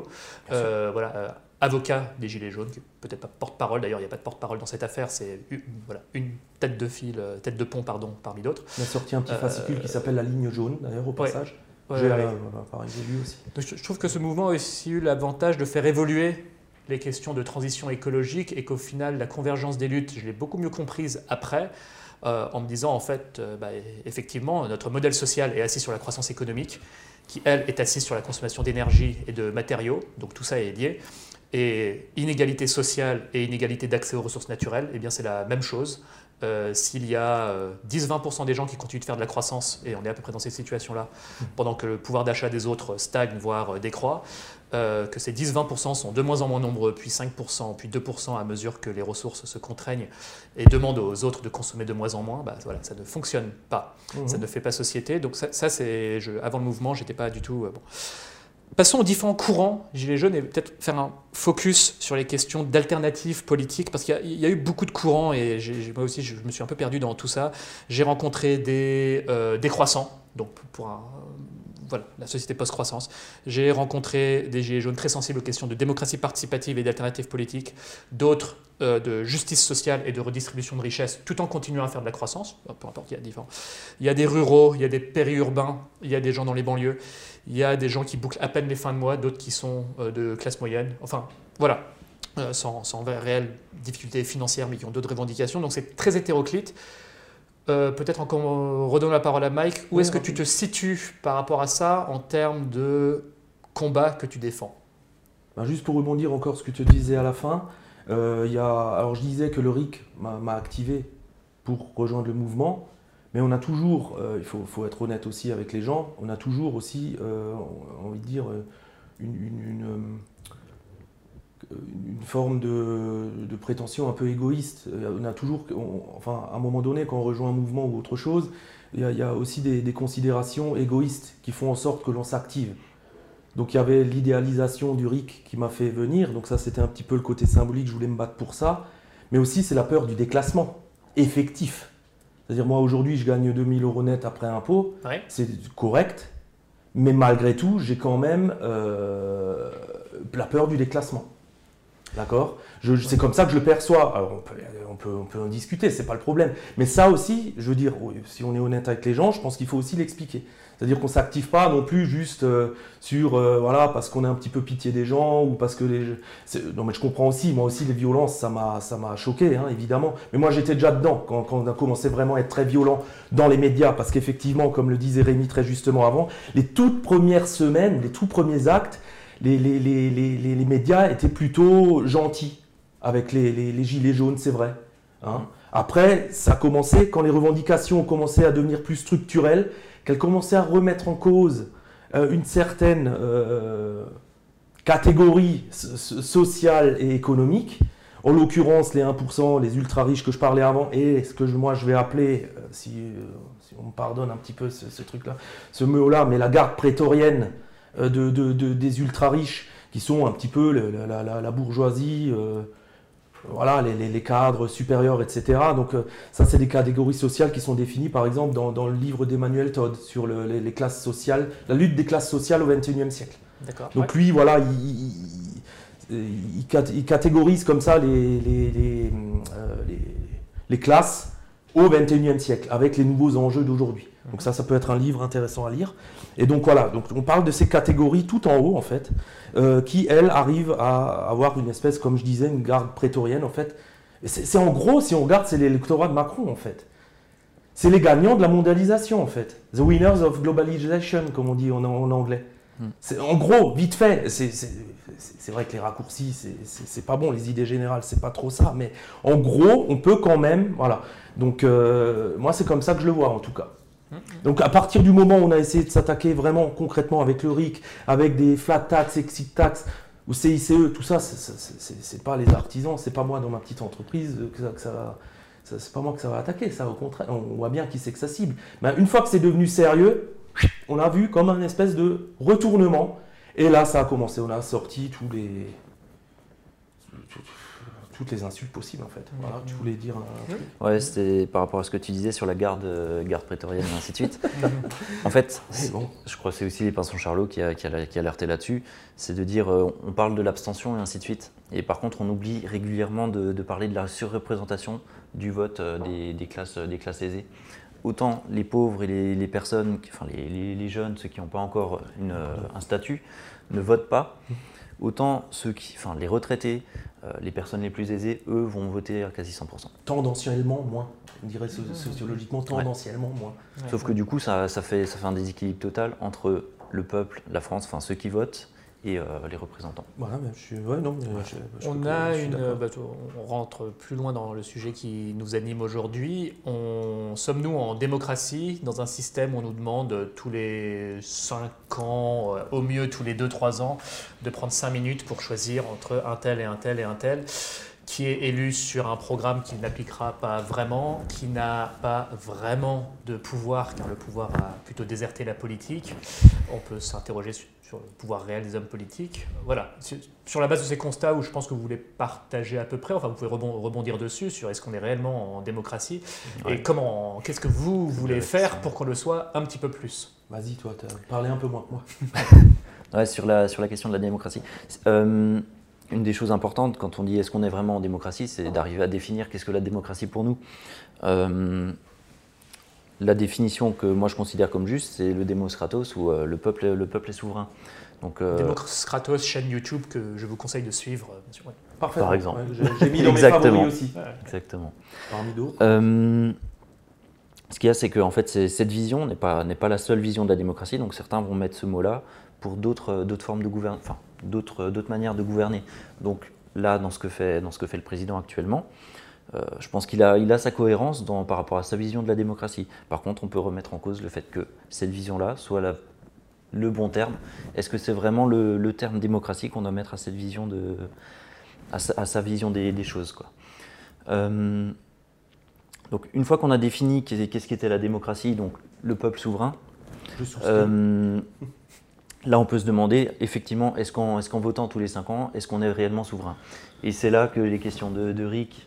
[SPEAKER 1] avocat des Gilets jaunes, qui peut-être pas porte-parole, d'ailleurs il n'y a pas de porte-parole dans cette affaire, c'est une tête de pont parmi d'autres.
[SPEAKER 2] Il a sorti un petit fascicule qui s'appelle La Ligne Jaune, d'ailleurs, au passage. J'ai lu aussi.
[SPEAKER 1] Donc, je trouve que ce mouvement a aussi eu l'avantage de faire évoluer les questions de transition écologique et qu'au final, la convergence des luttes, je l'ai beaucoup mieux comprise après, en me disant, en fait, effectivement, notre modèle social est assis sur la croissance économique, qui, elle, est assise sur la consommation d'énergie et de matériaux, donc tout ça est lié. Et inégalité sociale et inégalité d'accès aux ressources naturelles, eh bien c'est la même chose. S'il y a 10-20% des gens qui continuent de faire de la croissance, et on est à peu près dans cette situation-là, pendant que le pouvoir d'achat des autres stagne, voire décroît, que ces 10-20% sont de moins en moins nombreux, puis 5%, puis 2% à mesure que les ressources se contraignent et demandent aux autres de consommer de moins en moins, voilà, ça ne fonctionne pas. Ça ne fait pas société. Donc ça c'est, avant le mouvement, j'étais pas du tout... bon. Passons aux différents courants Gilets jaunes et peut-être faire un focus sur les questions d'alternatives politiques, parce qu'il y a eu beaucoup de courants et moi aussi je me suis un peu perdu dans tout ça. J'ai rencontré des décroissants, donc voilà, la société post-croissance. J'ai rencontré des Gilets jaunes très sensibles aux questions de démocratie participative et d'alternatives politiques, d'autres de justice sociale et de redistribution de richesses, tout en continuant à faire de la croissance, peu importe, il y a différents. Il y a des ruraux, il y a des périurbains, il y a des gens dans les banlieues, il y a des gens qui bouclent à peine les fins de mois, d'autres qui sont de classe moyenne, enfin voilà, sans réelle difficulté financière, mais qui ont d'autres revendications, donc c'est très hétéroclite. Peut-être encore redonner la parole à Mike. Où est-ce que tu te situes par rapport à ça en termes de combat que tu défends?
[SPEAKER 2] Juste pour rebondir encore ce que tu disais à la fin, alors je disais que le RIC m'a activé pour rejoindre le mouvement, mais on a toujours, il faut être honnête aussi avec les gens, on a toujours aussi, envie de dire, une forme de prétention un peu égoïste. On a toujours, à un moment donné, quand on rejoint un mouvement ou autre chose, il y a aussi des considérations égoïstes qui font en sorte que l'on s'active. Donc il y avait l'idéalisation du RIC qui m'a fait venir, donc ça c'était un petit peu le côté symbolique, je voulais me battre pour ça, mais aussi c'est la peur du déclassement effectif. C'est-à-dire moi aujourd'hui je gagne 2 000 € net après impôt, c'est correct, mais malgré tout j'ai quand même la peur du déclassement. D'accord ? C'est comme ça que je le perçois. Alors on peut en discuter, c'est pas le problème. Mais ça aussi, je veux dire, si on est honnête avec les gens, je pense qu'il faut aussi l'expliquer. C'est-à-dire qu'on ne s'active pas non plus juste voilà, parce qu'on a un petit peu pitié des gens ou parce que non mais je comprends aussi, moi aussi les violences, ça m'a choqué, hein, évidemment. Mais moi j'étais déjà dedans quand on a commencé vraiment à être très violent dans les médias, parce qu'effectivement, comme le disait Rémi très justement avant, les toutes premières semaines, les tout premiers actes, les médias étaient plutôt gentils avec les gilets jaunes, c'est vrai. Hein. Après, ça a commencé quand les revendications ont commencé à devenir plus structurelles, qu'elles commençaient à remettre en cause une certaine catégorie sociale et économique, en l'occurrence les 1%, les ultra-riches que je parlais avant, et ce que moi je vais appeler, si on me pardonne un petit peu ce truc-là, ce mot-là, mais la garde prétorienne des ultra-riches, qui sont un petit peu la bourgeoisie, voilà, les cadres supérieurs, etc. Donc ça, c'est des catégories sociales qui sont définies, par exemple, dans le livre d'Emmanuel Todd, sur les classes sociales, la lutte des classes sociales au XXIe siècle.
[SPEAKER 1] D'accord.
[SPEAKER 2] Donc lui, voilà, il catégorise comme ça les classes au XXIe siècle, avec les nouveaux enjeux d'aujourd'hui. Donc ça peut être un livre intéressant à lire. Et donc voilà, donc on parle de ces catégories tout en haut, en fait, qui, elles, arrivent à avoir une espèce, comme je disais, une garde prétorienne, en fait. C'est en gros, si on regarde, c'est l'électorat de Macron, en fait. C'est les gagnants de la mondialisation, en fait. The winners of globalization, comme on dit en anglais. En gros, vite fait, c'est vrai que les raccourcis, c'est pas bon, les idées générales, c'est pas trop ça, mais en gros, on peut quand même, voilà. Donc, moi, c'est comme ça que je le vois, en tout cas. Donc, à partir du moment où on a essayé de s'attaquer vraiment concrètement avec le RIC, avec des flat tax, exit tax, ou CICE, tout ça, c'est pas les artisans, c'est pas moi dans ma petite entreprise que ça va... C'est pas moi que ça va attaquer, ça au contraire, on voit bien qui c'est que ça cible. Mais une fois que c'est devenu sérieux, on a vu comme un espèce de retournement. Et là, ça a commencé, on a sorti toutes les insultes possibles en fait. Voilà, tu voulais dire un truc.
[SPEAKER 3] Ouais, c'était par rapport à ce que tu disais sur la garde prétorienne et ainsi de suite. En fait, bon. Je crois que c'est aussi les Pinsons Charlot qui a alerté là-dessus, c'est de dire on parle de l'abstention et ainsi de suite. Et par contre, on oublie régulièrement de parler de la surreprésentation du vote des classes aisées. Autant les pauvres et les personnes, enfin les jeunes, ceux qui n'ont pas encore un statut, ne votent pas. Autant les retraités, les personnes les plus aisées, eux, vont voter à quasi 100%.
[SPEAKER 2] Tendanciellement moins, on dirait sociologiquement, tendanciellement moins.
[SPEAKER 3] Ouais. Sauf que du coup, ça fait un déséquilibre total entre le peuple, la France, enfin ceux qui votent, et les représentants.
[SPEAKER 2] Voilà,
[SPEAKER 1] on rentre plus loin dans le sujet qui nous anime aujourd'hui. Sommes-nous en démocratie, dans un système où on nous demande tous les 5 ans, au mieux tous les 2-3 ans, de prendre 5 minutes pour choisir entre un tel et un tel et un tel, qui est élu sur un programme qu'il n'appliquera pas vraiment, qui n'a pas vraiment de pouvoir, car le pouvoir a plutôt déserté la politique. On peut s'interroger sur le pouvoir réel des hommes politiques. Voilà, sur la base de ces constats où je pense que vous voulez partager à peu près, enfin vous pouvez rebondir dessus sur est-ce qu'on est réellement en démocratie et qu'est-ce que vous voulez faire pour qu'on le soit un petit peu plus.
[SPEAKER 2] Vas-y, toi, tu as parlé un peu moins que moi.
[SPEAKER 3] Ouais, sur la question de la démocratie. Une des choses importantes quand on dit est-ce qu'on est vraiment en démocratie, c'est d'arriver à définir qu'est-ce que la démocratie pour nous. La définition que moi je considère comme juste, c'est le Demos Kratos, où le peuple est souverain. Donc,
[SPEAKER 1] Demos Kratos, chaîne YouTube que je vous conseille de suivre.
[SPEAKER 2] Ouais. Parfait.
[SPEAKER 3] Par exemple.
[SPEAKER 2] Ouais, j'ai mis dans mes favoris aussi.
[SPEAKER 3] Ouais. Exactement.
[SPEAKER 2] Parmi d'autres.
[SPEAKER 3] Ce qu'il y a, c'est que en fait, cette vision n'est pas la seule vision de la démocratie. Donc certains vont mettre ce mot-là pour d'autres formes de gouvernement, enfin d'autres manières de gouverner. Donc là, dans ce que fait le président actuellement, je pense qu'il a sa cohérence par rapport à sa vision de la démocratie. Par contre, on peut remettre en cause le fait que cette vision-là soit le bon terme. Est-ce que c'est vraiment le terme démocratie qu'on doit mettre à cette vision à sa vision des choses, quoi. Donc une fois qu'on a défini qu'est-ce qu'était la démocratie, donc le peuple souverain, là on peut se demander effectivement est-ce qu'en votant tous les 5 ans, est-ce qu'on est réellement souverain? Et c'est là que les questions de RIC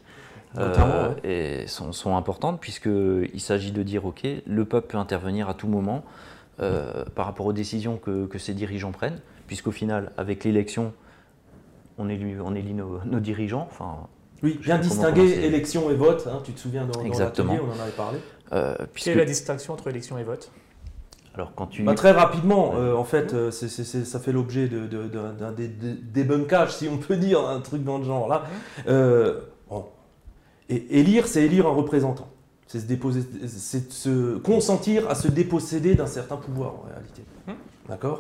[SPEAKER 3] sont importantes, puisqu'il s'agit de dire ok, le peuple peut intervenir à tout moment par rapport aux décisions que ses dirigeants prennent, puisqu'au final avec l'élection on élit nos dirigeants.
[SPEAKER 2] Oui, bien distinguer élection et vote, hein, tu te souviens dans l'atelier, on en avait parlé.
[SPEAKER 1] Quelle est la distinction entre élection et vote?
[SPEAKER 2] Alors, très rapidement, en fait, ça fait l'objet d'un débunkage, si on peut dire, un truc dans le genre là. Et élire, c'est élire un représentant. C'est se consentir à se déposséder d'un certain pouvoir, en réalité. D'accord ?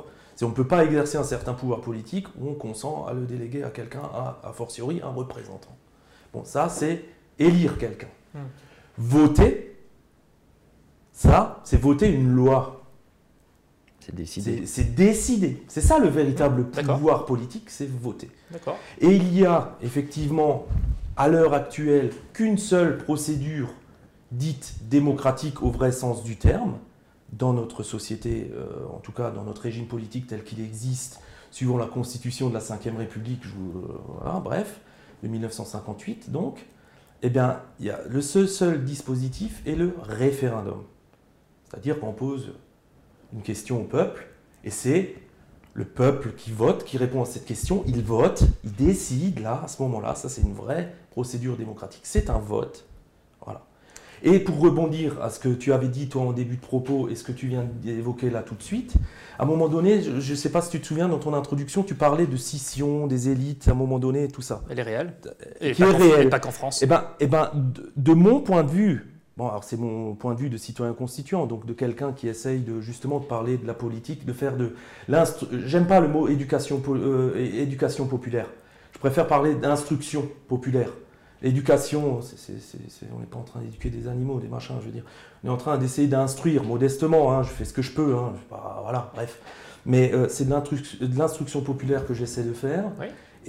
[SPEAKER 2] On ne peut pas exercer un certain pouvoir politique où on consent à le déléguer à quelqu'un, a fortiori un représentant. Bon, ça, c'est élire quelqu'un. Voter, ça, c'est voter une loi.
[SPEAKER 3] C'est décider.
[SPEAKER 2] C'est décider. C'est ça le véritable pouvoir politique, c'est voter.
[SPEAKER 1] D'accord.
[SPEAKER 2] Et il y a effectivement, à l'heure actuelle, qu'une seule procédure dite démocratique au vrai sens du terme, dans notre société, en tout cas dans notre régime politique tel qu'il existe, suivant la constitution de la Ve République, de 1958 donc, eh bien, il y a le seul dispositif est le référendum. C'est-à-dire qu'on pose une question au peuple, et c'est le peuple qui vote, qui répond à cette question, il vote, il décide, là, à ce moment-là, ça c'est une vraie procédure démocratique, c'est un vote. Voilà. Et pour rebondir à ce que tu avais dit toi en début de propos et ce que tu viens d'évoquer là tout de suite, à un moment donné, je ne sais pas si tu te souviens, dans ton introduction, tu parlais de scission, des élites, à un moment donné, tout ça.
[SPEAKER 1] Elle est réelle.
[SPEAKER 2] Et pas qu'en France.
[SPEAKER 1] Et pas qu'en France.
[SPEAKER 2] Eh ben, de mon point de vue, Bon, alors c'est mon point de vue de citoyen constituant, donc de quelqu'un qui essaye justement de parler de la politique, de faire de j'aime pas le mot éducation populaire. Je préfère parler d'instruction populaire. L'éducation, on n'est pas en train d'éduquer des animaux, des machins, je veux dire. On est en train d'essayer d'instruire modestement, hein, je fais ce que je peux, hein, voilà, bref. Mais c'est de l'instruction populaire que j'essaie de faire,
[SPEAKER 1] oui.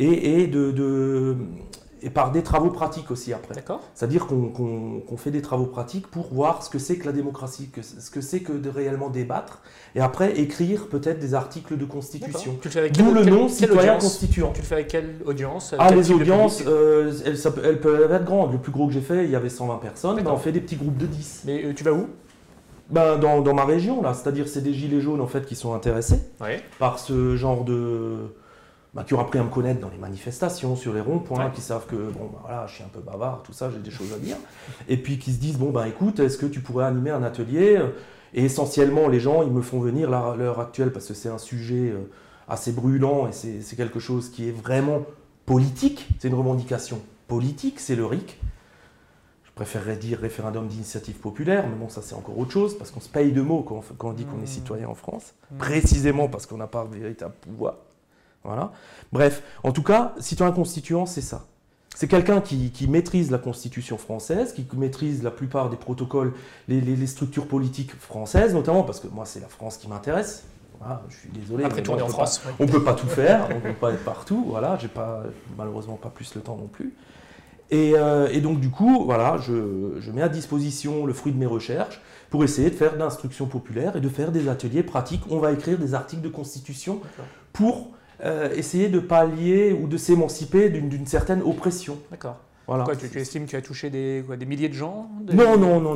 [SPEAKER 2] Et par des travaux pratiques aussi après. C'est-à-dire qu'on fait des travaux pratiques pour voir ce que c'est que la démocratie, ce que c'est que de réellement débattre, et après écrire peut-être des articles de constitution. D'où le nom citoyen constituant.
[SPEAKER 1] Tu le fais avec quelle audience?
[SPEAKER 2] Les audiences, elles peuvent être grandes. Le plus gros que j'ai fait, il y avait 120 personnes. Ben, on fait des petits groupes de 10.
[SPEAKER 1] Mais tu vas où?
[SPEAKER 2] Ben, dans ma région, là. C'est-à-dire c'est des gilets jaunes en fait, qui sont intéressés par ce genre de... qui ont appris à me connaître dans les manifestations, sur les ronds-points, qui savent que voilà, je suis un peu bavard, tout ça, j'ai des choses à dire. Et puis qui se disent, écoute, est-ce que tu pourrais animer un atelier? Et essentiellement, les gens, ils me font venir à l'heure actuelle, parce que c'est un sujet assez brûlant, et c'est quelque chose qui est vraiment politique, c'est une revendication politique, c'est le RIC. Je préférerais dire référendum d'initiative populaire, mais bon, ça c'est encore autre chose, parce qu'on se paye de mots quand on dit qu'on est citoyen en France, précisément parce qu'on n'a pas de véritable pouvoir. Voilà. Bref, en tout cas, citoyen constituant, c'est ça. C'est quelqu'un qui maîtrise la Constitution française, qui maîtrise la plupart des protocoles, les structures politiques françaises, notamment parce que moi, c'est la France qui m'intéresse. Voilà, je suis désolé.
[SPEAKER 1] Après, tourner en France.
[SPEAKER 2] On ne peut pas tout faire, on ne peut pas être partout. Voilà, j'ai malheureusement pas plus le temps non plus. Et donc, du coup, voilà, je mets à disposition le fruit de mes recherches pour essayer de faire de l'instruction populaire et de faire des ateliers pratiques. On va écrire des articles de Constitution pour... essayer de pallier ou de s'émanciper d'une certaine oppression.
[SPEAKER 1] D'accord.
[SPEAKER 2] Voilà.
[SPEAKER 1] Quoi, tu estimes que tu as touché des milliers de gens?
[SPEAKER 2] Non,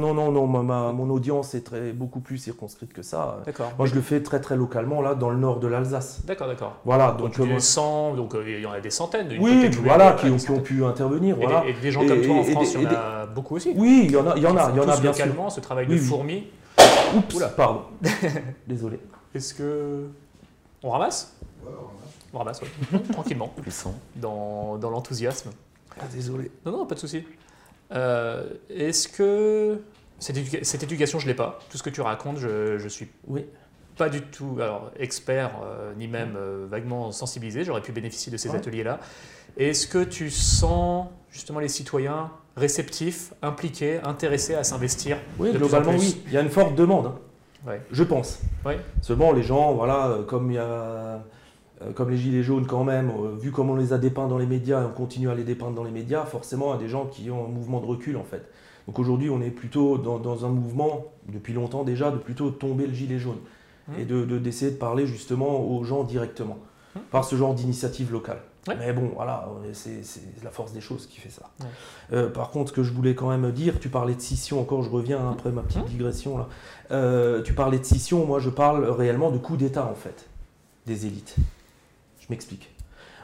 [SPEAKER 2] mon audience est beaucoup plus circonscrite que ça.
[SPEAKER 1] D'accord.
[SPEAKER 2] Moi, je le fais très très localement, là, dans le nord de l'Alsace.
[SPEAKER 1] D'accord.
[SPEAKER 2] Voilà,
[SPEAKER 1] donc il y en a des centaines.
[SPEAKER 2] Oui, voilà, qui ont pu intervenir. Voilà.
[SPEAKER 1] Et des gens comme toi en France, il y en a beaucoup aussi.
[SPEAKER 2] Oui, il y en a bien sûr.
[SPEAKER 1] Localement, ce travail de fourmi.
[SPEAKER 2] Oups, pardon. Désolé.
[SPEAKER 1] Est-ce que... On ramasse? On ramasse, tranquillement, dans l'enthousiasme.
[SPEAKER 2] Ah, désolé.
[SPEAKER 1] Non, pas de souci. Est-ce que cette éducation, je ne l'ai pas. Tout ce que tu racontes, je suis pas du tout expert, ni même vaguement sensibilisé. J'aurais pu bénéficier de ces ateliers-là. Est-ce que tu sens justement les citoyens réceptifs, impliqués, intéressés à s'investir?
[SPEAKER 2] Oui, globalement, oui. Il y a une forte demande, je pense. Seulement, les gens, voilà, comme les gilets jaunes quand même, vu comme on les a dépeints dans les médias et on continue à les dépeindre dans les médias, forcément il y a des gens qui ont un mouvement de recul en fait. Donc aujourd'hui on est plutôt dans un mouvement, depuis longtemps déjà, de plutôt tomber le gilet jaune et d'essayer de parler justement aux gens directement, par ce genre d'initiative locale. Mais bon, voilà, c'est la force des choses qui fait ça. Par contre, ce que je voulais quand même dire, tu parlais de scission, encore je reviens après ma petite digression là. Tu parlais de scission, moi je parle réellement de coup d'État en fait, des élites. Je m'explique.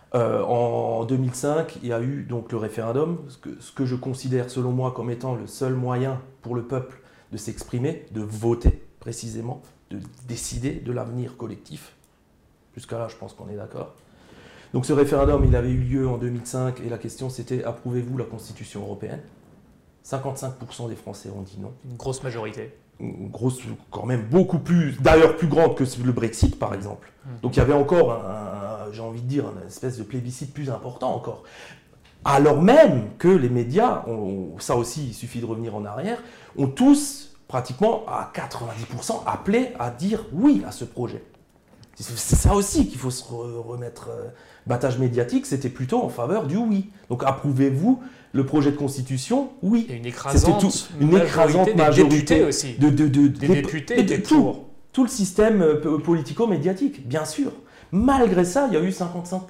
[SPEAKER 2] En 2005, il y a eu donc le référendum, ce que je considère selon moi comme étant le seul moyen pour le peuple de s'exprimer, de voter précisément, de décider de l'avenir collectif. Jusqu'à là, je pense qu'on est d'accord. Donc ce référendum, il avait eu lieu en 2005 et la question c'était « Approuvez-vous la Constitution européenne ?» 55% des Français ont dit non.
[SPEAKER 1] Une grosse majorité.
[SPEAKER 2] Une grosse, quand même beaucoup plus, d'ailleurs plus grande que le Brexit par exemple. Donc il y avait encore, j'ai envie de dire, une espèce de plébiscite plus important encore. Alors même que les médias, ça aussi il suffit de revenir en arrière, ont tous pratiquement à 90% appelé à dire oui à ce projet. C'est ça aussi qu'il faut se remettre. Battage médiatique, c'était plutôt en faveur du oui. Donc approuvez-vous le projet de constitution? Oui.
[SPEAKER 1] Et une écrasante majorité des députés aussi. Des députés étaient pour.
[SPEAKER 2] Tout le système politico-médiatique, bien sûr. Malgré ça, il y a eu 55%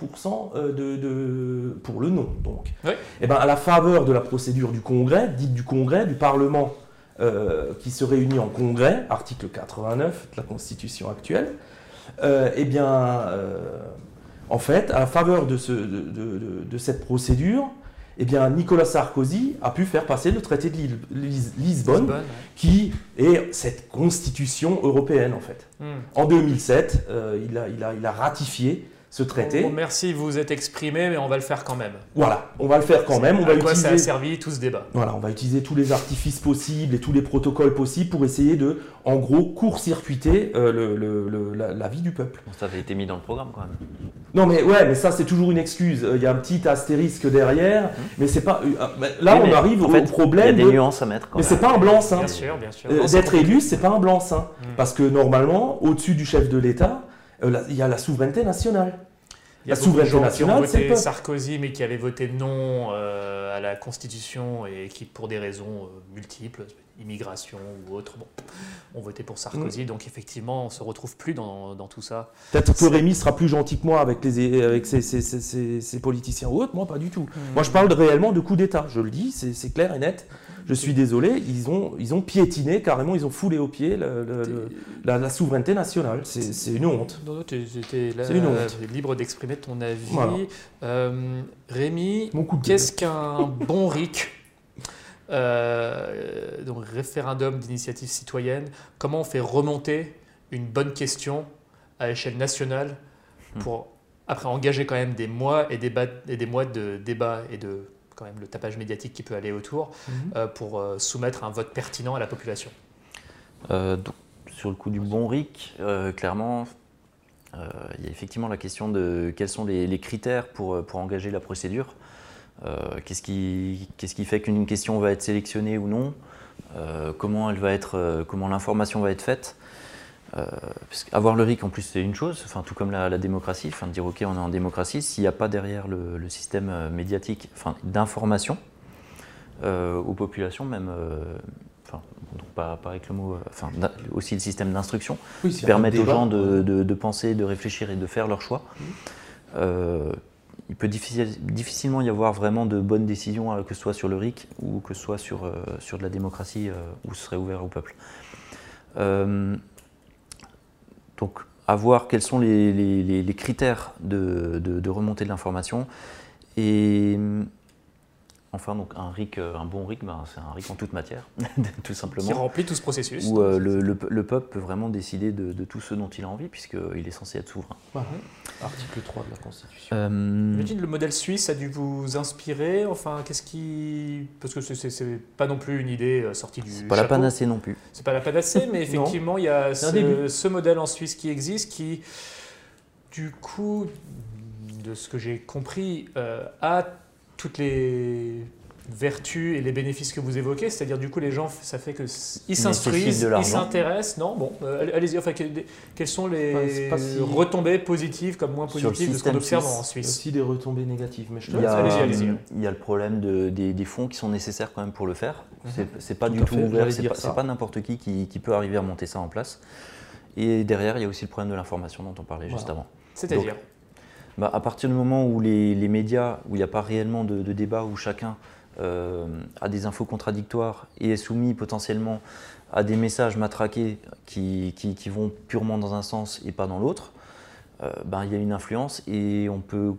[SPEAKER 2] pour le non. Donc. Et ben, à la faveur de la procédure du Congrès, dite du Congrès, du Parlement qui se réunit en Congrès, article 89 de la Constitution actuelle, en fait, à la faveur de cette procédure, Nicolas Sarkozy a pu faire passer le traité de Lisbonne, qui est cette constitution européenne, en fait. En 2007, il a ratifié ce traité.
[SPEAKER 1] Bon, merci, vous vous êtes exprimé, mais on va le faire quand même.
[SPEAKER 2] Voilà, on va le faire quand même. On va
[SPEAKER 1] à quoi ça a
[SPEAKER 2] utiliser,
[SPEAKER 1] servi tout ce débat?
[SPEAKER 2] voilà, on va utiliser tous les artifices possibles et tous les protocoles possibles pour essayer de, en gros, court-circuiter la vie du peuple.
[SPEAKER 3] Bon, ça avait été mis dans le programme quand même.
[SPEAKER 2] Non mais ouais, mais ça c'est toujours une excuse. Il y a un petit astérisque derrière, mais c'est pas. Là,
[SPEAKER 3] Oui,
[SPEAKER 2] on arrive
[SPEAKER 3] en
[SPEAKER 2] au
[SPEAKER 3] fait,
[SPEAKER 2] problème.
[SPEAKER 3] il y a des nuances à mettre quand
[SPEAKER 2] Mais
[SPEAKER 3] même.
[SPEAKER 2] c'est pas un blanc-seing.
[SPEAKER 1] Bien sûr, bien sûr.
[SPEAKER 2] D'être élu, c'est pas un blanc-seing. Parce que normalement, au-dessus du chef de l'État, il y a la souveraineté nationale.
[SPEAKER 1] Il y a
[SPEAKER 2] La
[SPEAKER 1] beaucoup de
[SPEAKER 2] souveraineté
[SPEAKER 1] gens qui ont
[SPEAKER 2] nationale, c'est le
[SPEAKER 1] voté
[SPEAKER 2] peuple.
[SPEAKER 1] Sarkozy, mais qui avaient voté non à la Constitution et qui, pour des raisons multiples, immigration ou autre, bon, ont voté pour Sarkozy. Donc effectivement, on ne se retrouve plus dans tout ça.
[SPEAKER 2] Peut-être que Rémi sera plus gentil que moi avec ses politiciens ou autres. Moi, pas du tout. Moi, je parle réellement de coup d'État. Je le dis, c'est clair et net. Je suis désolé, ils ont piétiné carrément, ils ont foulé au pied la souveraineté nationale. C'est une honte.
[SPEAKER 1] Non, tu étais là,
[SPEAKER 2] C'est une honte.
[SPEAKER 1] libre d'exprimer ton avis.
[SPEAKER 2] Voilà.
[SPEAKER 1] Rémi,
[SPEAKER 2] Mon coup de
[SPEAKER 1] qu'est-ce qu'un bon RIC donc référendum d'initiative citoyenne, comment on fait remonter une bonne question à l'échelle nationale pour après engager quand même des mois et des mois de débat et de quand même le tapage médiatique qui peut aller autour pour soumettre un vote pertinent à la population.
[SPEAKER 3] Donc, sur le coup du bon RIC, clairement, il y a effectivement la question de quels sont les critères pour engager la procédure. Qu'est-ce qui fait qu'une question va être sélectionnée ou non, comment l'information va être faite. Parce qu'avoir le RIC en plus c'est une chose, enfin, tout comme la démocratie, enfin, de dire ok on est en démocratie, s'il n'y a pas derrière le système médiatique d'information aux populations même, donc pas avec le mot, aussi le système d'instruction qui permettent aux gens de penser, de réfléchir et de faire leur choix. Il peut difficilement y avoir vraiment de bonnes décisions, que ce soit sur le RIC ou que ce soit sur de la démocratie où ce serait ouvert au peuple. Donc, à voir quels sont les critères de remontée de l'information. Et enfin, donc un bon RIC, c'est un RIC en toute matière, tout simplement.
[SPEAKER 1] Qui remplit tout ce processus.
[SPEAKER 3] Où le peuple peut vraiment décider de tout ce dont il a envie, puisqu'il est censé être souverain.
[SPEAKER 2] Article 3 de la Constitution.
[SPEAKER 1] J'imagine le modèle suisse a dû vous inspirer. Enfin, qu'est-ce qui... Parce que c'est pas non plus une idée sortie du chapeau.
[SPEAKER 3] C'est pas la panacée non plus.
[SPEAKER 1] C'est pas la panacée, mais effectivement, il y a ce modèle en Suisse qui existe, qui, du coup, de ce que j'ai compris, a toutes les vertus et les bénéfices que vous évoquez, c'est-à-dire du coup les gens, ça fait qu'ils s'instruisent, ils s'intéressent, non? Bon, allez-y, enfin, quelles sont les retombées positives comme moins positives de ce qu'on observe en Suisse?
[SPEAKER 2] Il y a aussi des retombées négatives, mais je te
[SPEAKER 1] allez-y.
[SPEAKER 3] Il y a le problème des fonds qui sont nécessaires quand même pour le faire. C'est pas du tout ouvert, c'est pas n'importe qui peut arriver à monter ça en place. Et derrière, il y a aussi le problème de l'information dont on parlait juste avant.
[SPEAKER 1] C'est-à-dire?
[SPEAKER 3] À partir du moment où les médias, où il n'y a pas réellement de débat, où chacun a des infos contradictoires et est soumis potentiellement à des messages matraqués qui vont purement dans un sens et pas dans l'autre, il y a une influence et on peut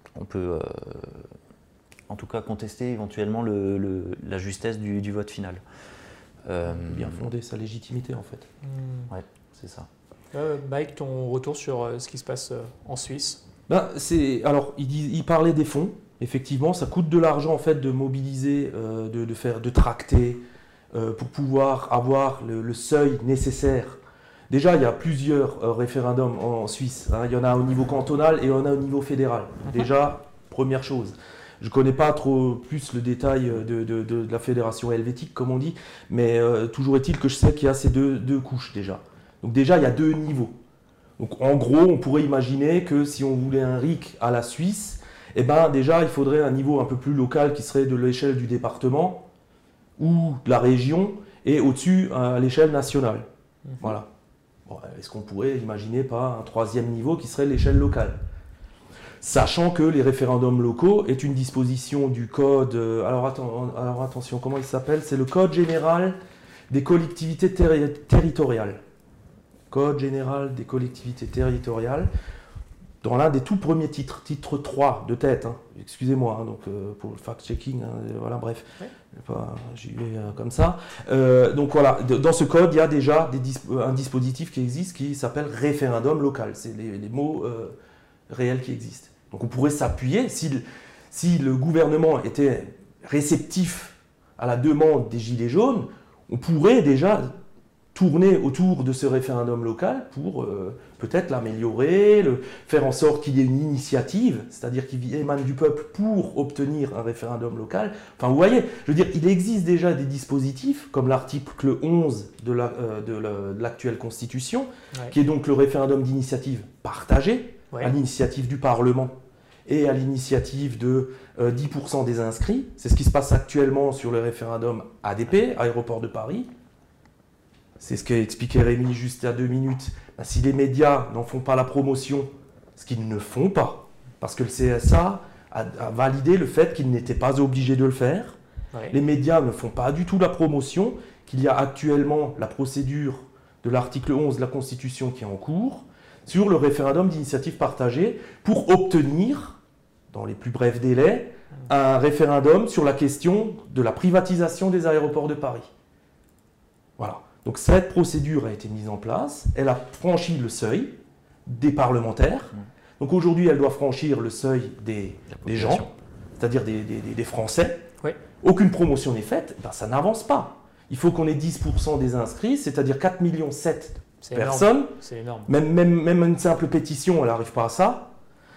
[SPEAKER 3] en tout cas contester éventuellement la justesse du vote final.
[SPEAKER 2] Bien fonder sa légitimité en fait.
[SPEAKER 3] Ouais, c'est ça.
[SPEAKER 2] Mike, ton retour sur ce qui se passe en Suisse? Alors, il parlait des fonds. Effectivement, ça coûte de l'argent en fait de mobiliser, de tracter pour pouvoir avoir le seuil nécessaire. Déjà, il y a plusieurs référendums en Suisse. Il y en a au niveau cantonal et il y en a au niveau fédéral. Déjà, première chose. Je ne connais pas trop plus le détail de la fédération helvétique, comme on dit, mais toujours est-il que je sais qu'il y a ces deux couches déjà. Donc déjà, il y a 2 niveaux. Donc en gros, on pourrait imaginer que si on voulait un RIC à la Suisse, déjà, il faudrait un niveau un peu plus local qui serait de l'échelle du département ou de la région et au-dessus à l'échelle nationale. Voilà. Bon, est-ce qu'on pourrait imaginer pas un 3e niveau qui serait l'échelle locale? Sachant que les référendums locaux est une disposition du code... Alors attention, comment il s'appelle? C'est le Code général des collectivités territoriales. Code général des collectivités territoriales. Dans l'un des tout premiers titres, titre 3 de tête, excusez-moi, donc pour le fact-checking, voilà, bref, j'y vais comme ça. Donc voilà, dans ce code, il y a déjà un dispositif qui existe qui s'appelle référendum local. C'est les mots réels qui existent. Donc on pourrait s'appuyer, si le gouvernement était réceptif à la demande des Gilets jaunes, on pourrait déjà tourner autour de ce référendum local pour peut-être l'améliorer, faire en sorte qu'il y ait une initiative, c'est-à-dire qu'il émane du peuple pour obtenir un référendum local. Enfin, vous voyez, je veux dire, il existe déjà des dispositifs, comme l'article 11 de l'actuelle Constitution, qui est donc le référendum d'initiative partagée, à l'initiative du Parlement et à l'initiative de 10% des inscrits. C'est ce qui se passe actuellement sur le référendum ADP, Aéroport de Paris. C'est ce qu'a expliqué Rémi juste il y a 2 minutes. Ben, si les médias n'en font pas la promotion, ce qu'ils ne font pas, parce que le CSA a validé le fait qu'ils n'étaient pas obligés de le faire, les médias ne font pas du tout la promotion, qu'il y a actuellement la procédure de l'article 11 de la Constitution qui est en cours, sur le référendum d'initiative partagée, pour obtenir, dans les plus brefs délais, un référendum sur la question de la privatisation des aéroports de Paris. Voilà. Donc cette procédure a été mise en place, elle a franchi le seuil des parlementaires. Donc aujourd'hui, elle doit franchir le seuil des gens, c'est-à-dire des Français. Aucune promotion n'est faite, ben ça n'avance pas. Il faut qu'on ait 10% des inscrits, c'est-à-dire 4,7 millions de personnes.
[SPEAKER 1] C'est énorme.
[SPEAKER 2] Même une simple pétition, elle n'arrive pas à ça.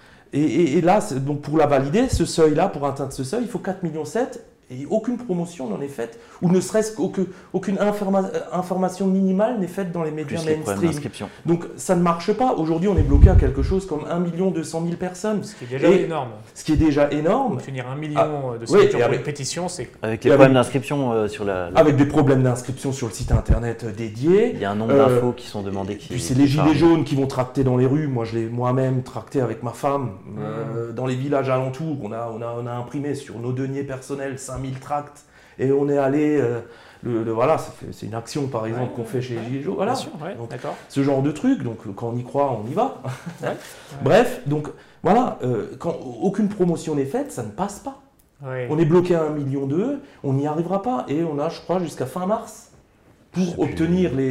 [SPEAKER 2] Et là, donc pour la valider, ce seuil-là, pour atteindre ce seuil, il faut 4,7 millions. Et aucune promotion n'en est faite, ou ne serait-ce qu'aucune information minimale n'est faite dans les médias mainstream. Donc ça ne marche pas. Aujourd'hui, on est bloqué à quelque chose comme 1 200 000 personnes.
[SPEAKER 1] Ce qui est déjà énorme.
[SPEAKER 2] Ce qui est déjà énorme.
[SPEAKER 1] Obtenir 1 million de signatures pour une pétition, c'est...
[SPEAKER 3] Avec les problèmes d'inscription sur la...
[SPEAKER 2] Avec des problèmes d'inscription sur le site internet dédié.
[SPEAKER 3] Il y a un nombre d'infos qui sont demandées.
[SPEAKER 2] Puis c'est les gilets jaunes qui vont tracter dans les rues. Moi, je l'ai moi-même tracté avec ma femme. Dans les villages alentours, on a imprimé sur nos deniers personnels 5000 tracts et on est allé voilà, c'est une action par exemple qu'on fait chez les Gilets jaunes, voilà.
[SPEAKER 1] Bien sûr, donc,
[SPEAKER 2] ce genre de truc, donc quand on y croit, on y va. Bref, donc voilà, quand aucune promotion n'est faite, ça ne passe pas. On est bloqué à 1,2 million, on n'y arrivera pas et on a, je crois, jusqu'à fin mars pour obtenir les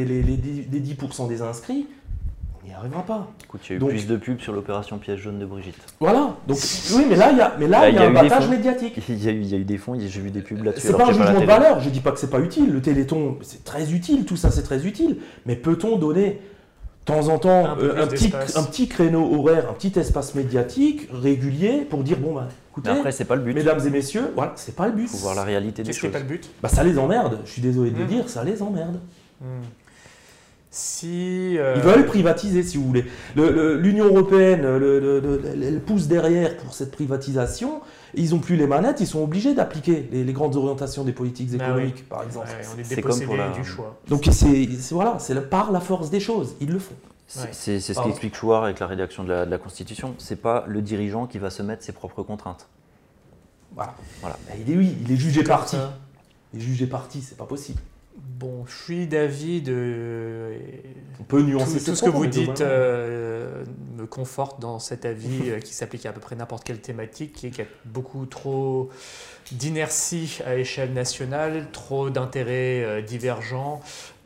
[SPEAKER 2] 10% des inscrits. On n'y arrivera pas.
[SPEAKER 3] Écoute, il y a eu plus de pubs sur l'opération piège jaune de Brigitte.
[SPEAKER 2] Voilà, donc oui, mais là il y a un battage médiatique.
[SPEAKER 3] Il y a eu des fonds, j'ai vu des pubs là-dessus.
[SPEAKER 2] C'est pas un jugement de valeur, je dis pas que c'est pas utile. Le Téléthon, c'est très utile, tout ça c'est très utile. Mais peut-on donner de temps en temps un petit créneau horaire, un petit espace médiatique régulier pour dire bon ben écoutez,
[SPEAKER 3] mais après c'est pas le but.
[SPEAKER 2] Mesdames et messieurs, voilà, c'est pas le but.
[SPEAKER 3] Il faut voir la réalité des choses.
[SPEAKER 1] Qu'est-ce qui n'est pas le but ?
[SPEAKER 2] Bah ça les emmerde, je suis désolé de le dire, ça les emmerde.
[SPEAKER 1] Ils
[SPEAKER 2] veulent privatiser, si vous voulez. L'Union européenne, elle pousse derrière pour cette privatisation. Ils n'ont plus les manettes, ils sont obligés d'appliquer les grandes orientations des politiques économiques, par exemple.
[SPEAKER 1] On est dépossédé du choix.
[SPEAKER 2] Donc voilà, c'est par la force des choses, ils le font.
[SPEAKER 3] C'est ce qu'explique Chouard avec la rédaction de la Constitution. C'est pas le dirigeant qui va se mettre ses propres contraintes.
[SPEAKER 2] Voilà. Il est jugé parti. Il est jugé parti, c'est pas possible.
[SPEAKER 1] Bon, je suis d'avis de...
[SPEAKER 2] On peut nuancer
[SPEAKER 1] tout ce que vous dites me conforte dans cet avis qui s'applique à peu près n'importe quelle thématique, qui est qu'il y a beaucoup trop d'inertie à échelle nationale, trop d'intérêts divergents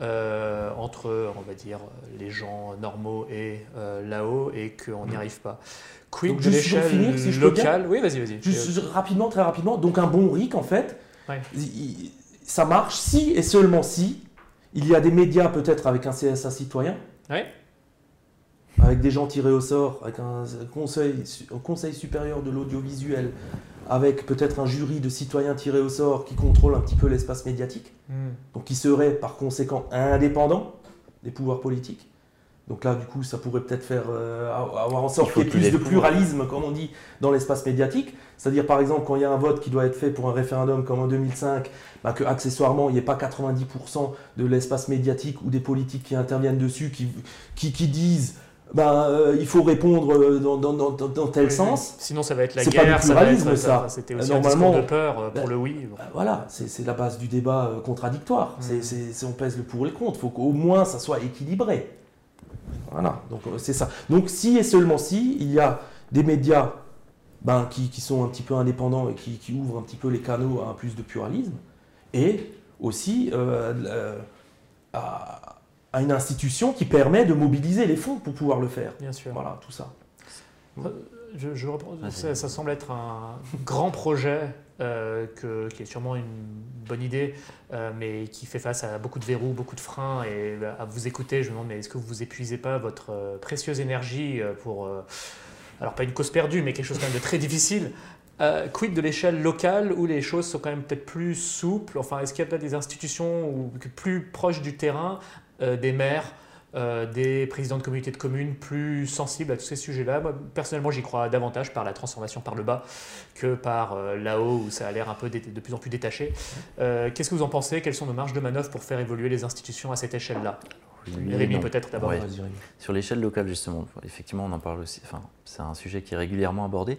[SPEAKER 1] entre, on va dire, les gens normaux et là-haut, et qu'on n'y arrive pas. Quid de l'échelle locale? Oui, vas-y.
[SPEAKER 2] Juste rapidement, très rapidement. Donc un bon RIC, en fait, ça marche si et seulement si il y a des médias peut-être avec un CSA citoyen, avec des gens tirés au sort, avec un conseil supérieur de l'audiovisuel, avec peut-être un jury de citoyens tirés au sort qui contrôle un petit peu l'espace médiatique, donc qui serait par conséquent indépendant des pouvoirs politiques. Donc là, du coup, ça pourrait peut-être faire avoir en sorte qu'il y ait plus de pluralisme, comme on dit, dans l'espace médiatique. C'est-à-dire, par exemple, quand il y a un vote qui doit être fait pour un référendum comme en 2005, que accessoirement, il n'y ait pas 90% de l'espace médiatique ou des politiques qui interviennent dessus, qui disent il faut répondre dans tel sens.
[SPEAKER 1] Sinon, ça va être la
[SPEAKER 2] guerre. C'est pas du pluralisme, ça.
[SPEAKER 1] C'était aussi un discours de peur pour le oui.
[SPEAKER 2] Voilà, c'est la base du débat contradictoire. On pèse le pour et le contre. Il faut qu'au moins, ça soit équilibré. Voilà, donc c'est ça. Donc si et seulement si, il y a des médias qui sont un petit peu indépendants et qui ouvrent un petit peu les canaux à plus de pluralisme, et aussi à une institution qui permet de mobiliser les fonds pour pouvoir le faire.
[SPEAKER 1] Bien sûr.
[SPEAKER 2] Voilà, tout ça.
[SPEAKER 1] Ça semble être un grand projet qui est sûrement une bonne idée, mais qui fait face à beaucoup de verrous, beaucoup de freins. Et à vous écouter, je me demande, mais est-ce que vous épuisez pas votre précieuse énergie pour, alors pas une cause perdue, mais quelque chose quand même de très difficile. Quid de l'échelle locale où les choses sont quand même peut-être plus souples? Enfin, est-ce qu'il y a peut-être des institutions plus proches du terrain, des maires, des présidents de communautés de communes plus sensibles à tous ces sujets-là? Moi, personnellement, j'y crois davantage par la transformation par le bas que par là-haut où ça a l'air un peu de plus en plus détaché. Qu'est-ce que vous en pensez? Quelles sont nos marges de manœuvre pour faire évoluer les institutions à cette échelle-là? Rémi, peut-être d'abord.
[SPEAKER 3] Ouais. Sur l'échelle locale, justement, effectivement, on en parle aussi. Enfin, c'est un sujet qui est régulièrement abordé.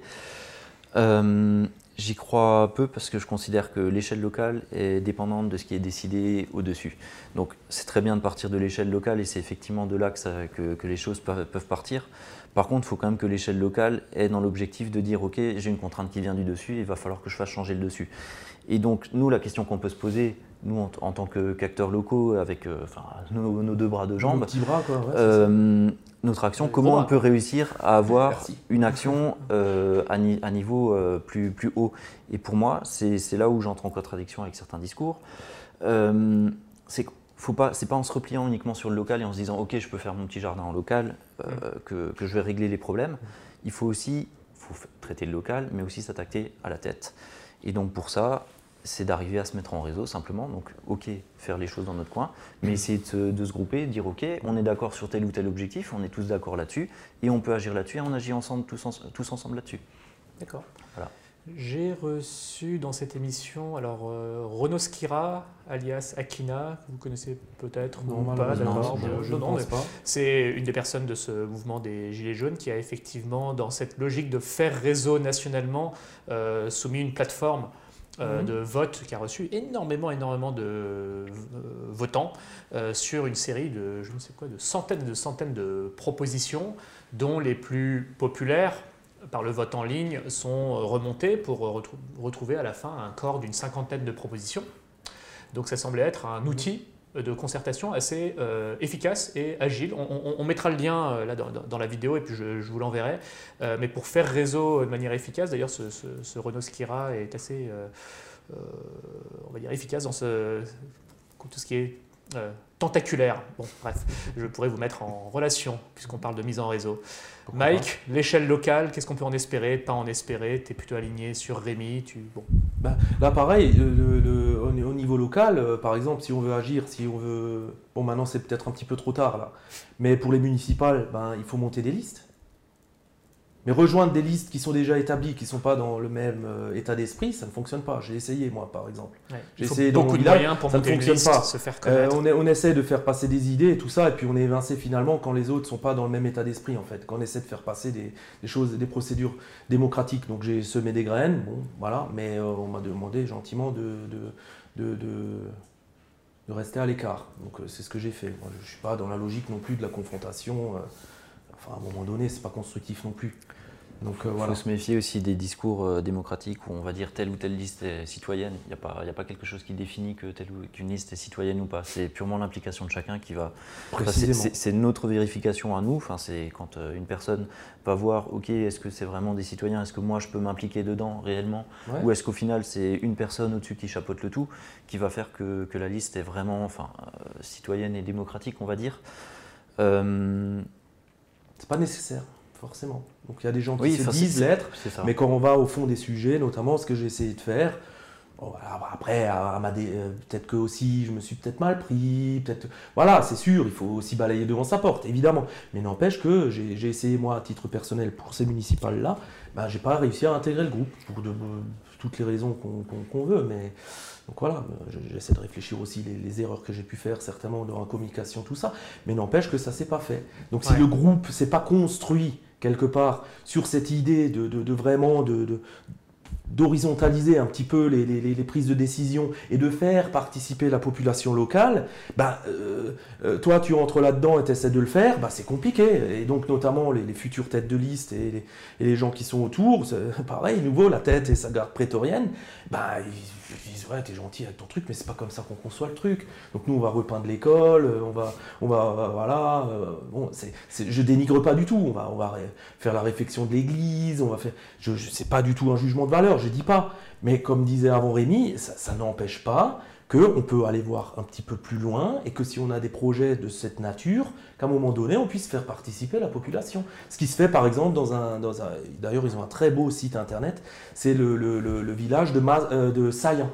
[SPEAKER 3] J'y crois peu parce que je considère que l'échelle locale est dépendante de ce qui est décidé au-dessus. Donc c'est très bien de partir de l'échelle locale et c'est effectivement de là que les choses peuvent partir. Par contre, il faut quand même que l'échelle locale ait dans l'objectif de dire « Ok, j'ai une contrainte qui vient du dessus, il va falloir que je fasse changer le dessus ». Et donc nous, la question qu'on peut se poser, nous en tant qu'acteurs locaux, avec nos deux bras, deux jambes,
[SPEAKER 2] nos petits bras, quoi, ouais,
[SPEAKER 3] notre action, comment on peut réussir à avoir une action à niveau plus haut? Et pour moi, c'est là où j'entre en contradiction avec certains discours. C'est pas en se repliant uniquement sur le local et en se disant « Ok, je peux faire mon petit jardin en local, que je vais régler les problèmes ». Il faut traiter le local, mais aussi s'attaquer à la tête. Et donc pour ça, c'est d'arriver à se mettre en réseau simplement. Donc, ok, faire les choses dans notre coin, mais essayer de se grouper, dire ok, on est d'accord sur tel ou tel objectif, on est tous d'accord là-dessus, et on peut agir là-dessus, et on agit ensemble, tous ensemble là-dessus.
[SPEAKER 1] D'accord.
[SPEAKER 3] Voilà.
[SPEAKER 1] J'ai reçu dans cette émission Renaud Skira, alias Akina, que vous connaissez peut-être ou pas d'abord.
[SPEAKER 2] Je ne pense pas.
[SPEAKER 1] C'est une des personnes de ce mouvement des Gilets jaunes qui a effectivement, dans cette logique de faire réseau nationalement, soumis une plateforme de vote qui a reçu énormément de votants sur une série de, je ne sais quoi, de centaines de propositions, dont les plus populaires par le vote en ligne sont remontées pour retrouver à la fin un corps d'une cinquantaine de propositions. Donc ça semblait être un outil de concertation assez efficace et agile. On mettra le lien là dans la vidéo et puis je vous l'enverrai. Mais pour faire réseau de manière efficace, d'ailleurs ce Renaud Skira est assez on va dire efficace dans tout ce qui est tentaculaire. Bon, bref, je pourrais vous mettre en relation puisqu'on parle de mise en réseau. Pourquoi Mike, l'échelle locale, qu'est-ce qu'on peut en espérer, pas en espérer? Tu es plutôt aligné sur Rémi bon.
[SPEAKER 2] Là, pareil, au niveau local, par exemple, si on veut agir, si on veut... Bon, maintenant, c'est peut-être un petit peu trop tard, là. Mais pour les municipales, il faut monter des listes. Mais rejoindre des listes qui sont déjà établies, qui ne sont pas dans le même état d'esprit, ça ne fonctionne pas. J'ai essayé, moi, par exemple.
[SPEAKER 1] Ouais.
[SPEAKER 2] J'ai essayé
[SPEAKER 1] beaucoup de moyens pour
[SPEAKER 2] ça ne fonctionne pas.
[SPEAKER 1] Se faire connaître.
[SPEAKER 2] On essaie de faire passer des idées et tout ça, et puis on est évincé finalement quand les autres ne sont pas dans le même état d'esprit, en fait. Quand on essaie de faire passer des choses, des procédures démocratiques. Donc j'ai semé des graines, bon, voilà, mais on m'a demandé gentiment de rester à l'écart. Donc c'est ce que j'ai fait. Moi, je ne suis pas dans la logique non plus de la confrontation. Enfin, à un moment donné, c'est pas constructif non plus. Donc,
[SPEAKER 3] Il faut se méfier aussi des discours démocratiques où on va dire telle ou telle liste est citoyenne. Il n'y a pas quelque chose qui définit qu'une liste est citoyenne ou pas. C'est purement l'implication de chacun qui va... C'est notre vérification à nous. Enfin, c'est quand une personne va voir, ok, est-ce que c'est vraiment des citoyens? Est-ce que moi je peux m'impliquer dedans réellement? Ou est-ce qu'au final c'est une personne au-dessus qui chapeaute le tout qui va faire que la liste est vraiment citoyenne et démocratique, on va dire.
[SPEAKER 2] C'est pas nécessaire, forcément. Donc il y a des gens qui se disent l'être, mais quand on va au fond des sujets, notamment ce que j'ai essayé de faire, après, peut-être que aussi je me suis peut-être mal pris, voilà, c'est sûr, il faut aussi balayer devant sa porte, évidemment. Mais n'empêche que j'ai essayé, moi, à titre personnel, pour ces municipales-là, j'ai pas réussi à intégrer le groupe, pour toutes les raisons qu'on veut, mais... Donc voilà, j'essaie de réfléchir aussi les erreurs que j'ai pu faire, certainement dans la communication, tout ça, mais n'empêche que ça ne s'est pas fait. Donc si le groupe ne s'est pas construit quelque part sur cette idée de vraiment d'horizontaliser un petit peu les prises de décision et de faire participer la population locale, toi tu entres là-dedans et tu essaies de le faire, c'est compliqué. Et donc notamment les futures têtes de liste et les gens qui sont autour, pareil, nouveau, la tête et sa garde prétorienne, ils disent ouais, t'es gentil avec ton truc, mais c'est pas comme ça qu'on conçoit le truc. Donc nous on va repeindre l'école, voilà. Bon, je dénigre pas du tout. On va faire la réfection de l'église, c'est pas du tout un jugement de valeur, je dis pas. Mais comme disait avant Rémi, ça n'empêche pas qu'on peut aller voir un petit peu plus loin et que si on a des projets de cette nature, qu'à un moment donné, on puisse faire participer la population. Ce qui se fait par exemple d'ailleurs ils ont un très beau site internet, c'est le village de Saillant,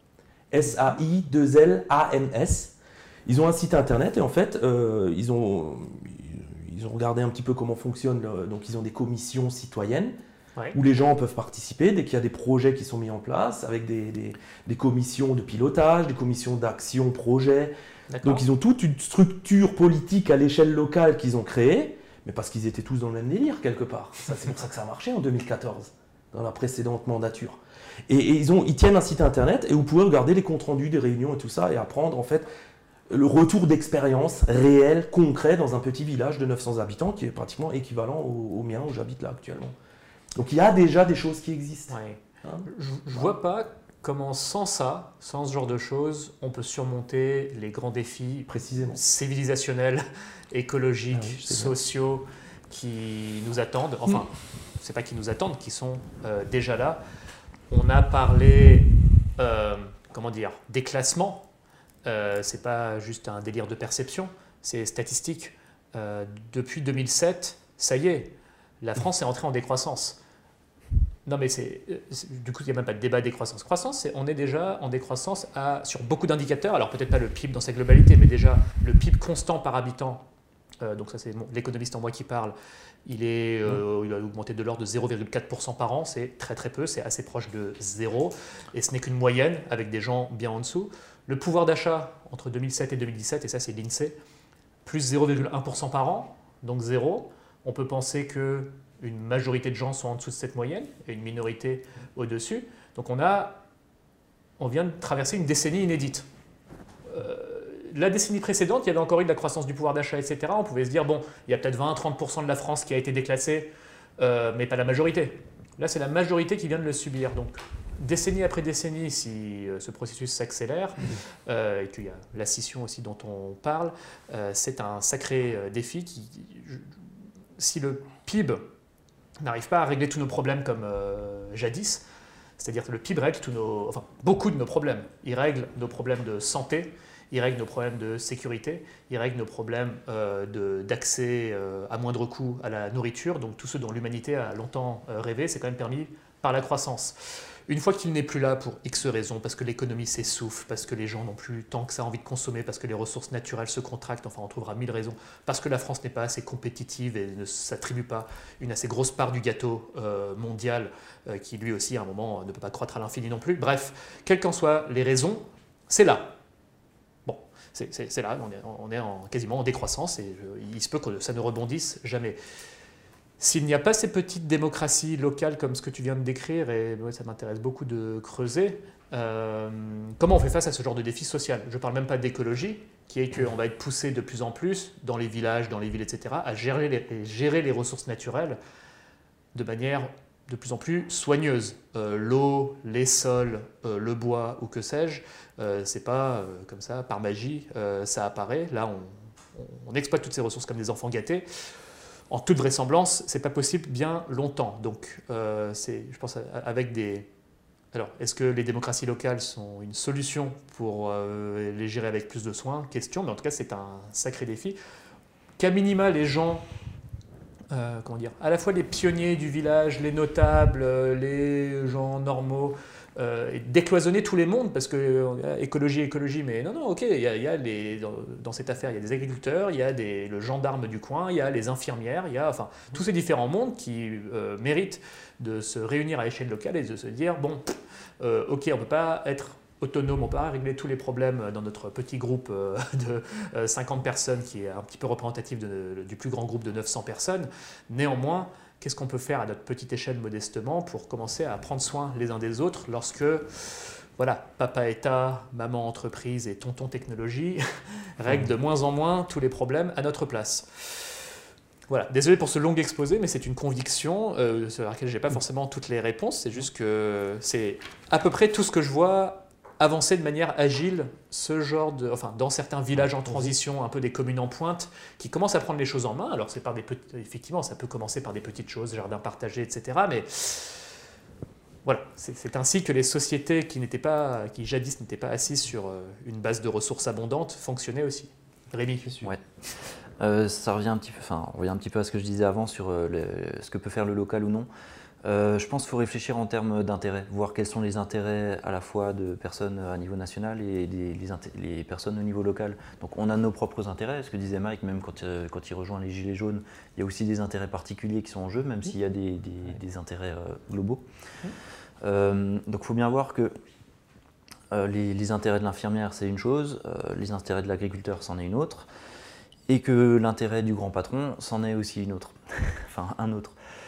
[SPEAKER 2] S-A-I-2-L-A-N-S. Ils ont un site internet et en fait, ils ont regardé un petit peu comment fonctionne, donc ils ont des commissions citoyennes, où les gens peuvent participer dès qu'il y a des projets qui sont mis en place, avec des commissions de pilotage, des commissions d'action projet. Donc ils ont toute une structure politique à l'échelle locale qu'ils ont créée, mais parce qu'ils étaient tous dans le même délire quelque part. C'est pour ça que ça a marché en 2014, dans la précédente mandature. Et ils tiennent un site internet et vous pouvez regarder les comptes rendus des réunions et tout ça et apprendre en fait le retour d'expérience réel, concret, dans un petit village de 900 habitants qui est pratiquement équivalent au mien où j'habite là actuellement. Donc il y a déjà des choses qui existent.
[SPEAKER 1] Ouais. Hein, je ne vois pas comment sans ça, sans ce genre de choses, on peut surmonter les grands défis civilisationnels, écologiques, sociaux qui nous attendent. Enfin, c'est pas qui nous attendent, qui sont déjà là. On a parlé, déclassement. C'est pas juste un délire de perception, c'est statistique. Depuis 2007, ça y est, la France est entrée en décroissance. Non mais du coup il n'y a même pas de débat décroissance. On est déjà en décroissance sur beaucoup d'indicateurs, alors peut-être pas le PIB dans sa globalité, mais déjà le PIB constant par habitant, donc ça c'est l'économiste en moi qui parle, il a augmenté de l'ordre de 0,4% par an, c'est très très peu, c'est assez proche de zéro, et ce n'est qu'une moyenne avec des gens bien en dessous. Le pouvoir d'achat entre 2007 et 2017, et ça c'est l'INSEE, plus 0,1% par an, donc zéro. On peut penser que une majorité de gens sont en dessous de cette moyenne et une minorité au-dessus. Donc on vient de traverser une décennie inédite. La décennie précédente, il y avait encore eu de la croissance du pouvoir d'achat, etc. On pouvait se dire, bon, il y a peut-être 20-30% de la France qui a été déclassée, mais pas la majorité. Là, c'est la majorité qui vient de le subir. Donc, décennie après décennie, si ce processus s'accélère, et qu'il y a la scission aussi dont on parle, c'est un sacré défi si le PIB n'arrive pas à régler tous nos problèmes comme jadis, c'est-à-dire que le PIB règle beaucoup de nos problèmes. Il règle nos problèmes de santé, il règle nos problèmes de sécurité, il règle nos problèmes d'accès à moindre coût à la nourriture, donc tout ce dont l'humanité a longtemps rêvé, c'est quand même permis par la croissance. Une fois qu'il n'est plus là pour X raisons, parce que l'économie s'essouffle, parce que les gens n'ont plus tant que ça envie de consommer, parce que les ressources naturelles se contractent, enfin on trouvera 1000 raisons, parce que la France n'est pas assez compétitive et ne s'attribue pas une assez grosse part du gâteau mondial, qui lui aussi à un moment ne peut pas croître à l'infini non plus. Bref, quelles qu'en soient les raisons, c'est là. Bon, c'est là, on est quasiment en décroissance et il se peut que ça ne rebondisse jamais. S'il n'y a pas ces petites démocraties locales comme ce que tu viens de décrire, et ça m'intéresse beaucoup de creuser, comment on fait face à ce genre de défi social? Je ne parle même pas d'écologie, qui est qu'on va être poussé de plus en plus dans les villages, dans les villes, etc., à gérer les ressources naturelles de manière de plus en plus soigneuse. L'eau, les sols, le bois ou que sais-je, c'est pas comme ça, par magie, ça apparaît. Là, on exploite toutes ces ressources comme des enfants gâtés. En toute vraisemblance, ce n'est pas possible bien longtemps. Donc, je pense avec des... Alors, est-ce que les démocraties locales sont une solution pour les gérer avec plus de soin? Question, mais en tout cas, c'est un sacré défi. Qu'à minima, les gens, à la fois les pionniers du village, les notables, les gens normaux, et décloisonner tous les mondes, parce que écologie, mais non, ok, dans cette affaire, il y a des agriculteurs, il y a le gendarme du coin, il y a les infirmières, il y a tous ces différents mondes qui méritent de se réunir à l'échelle locale et de se dire, bon, ok, on ne peut pas être autonome, on ne peut pas régler tous les problèmes dans notre petit groupe de 50 personnes qui est un petit peu représentatif du plus grand groupe de 900 personnes. Néanmoins, qu'est-ce qu'on peut faire à notre petite échelle modestement pour commencer à prendre soin les uns des autres lorsque, voilà, papa État, maman entreprise et tonton technologie règlent de moins en moins tous les problèmes à notre place. Voilà, désolé pour ce long exposé, mais c'est une conviction sur laquelle je n'ai pas forcément toutes les réponses. C'est juste que c'est à peu près tout ce que je vois avancer de manière agile ce genre de, enfin, dans certains villages en transition, un peu des communes en pointe, qui commencent à prendre les choses en main. Alors, effectivement, ça peut commencer par des petites choses, jardins partagés, etc. Mais voilà, c'est ainsi que les sociétés qui jadis n'étaient pas assises sur une base de ressources abondantes fonctionnaient aussi. Rémi.
[SPEAKER 3] Ouais. Ça revient un petit peu, enfin, on revient un petit peu à ce que je disais avant sur ce que peut faire le local ou non. Je pense qu'il faut réfléchir en termes d'intérêt, voir quels sont les intérêts à la fois de personnes à niveau national et les personnes au niveau local. Donc on a nos propres intérêts, ce que disait Mike, même quand il rejoint les Gilets jaunes, il y a aussi des intérêts particuliers qui sont en jeu, même s'il y a des intérêts globaux. Donc il faut bien voir que les intérêts de l'infirmière, c'est une chose, les intérêts de l'agriculteur, c'en est une autre, et que l'intérêt du grand patron, c'en est aussi une autre, enfin un autre.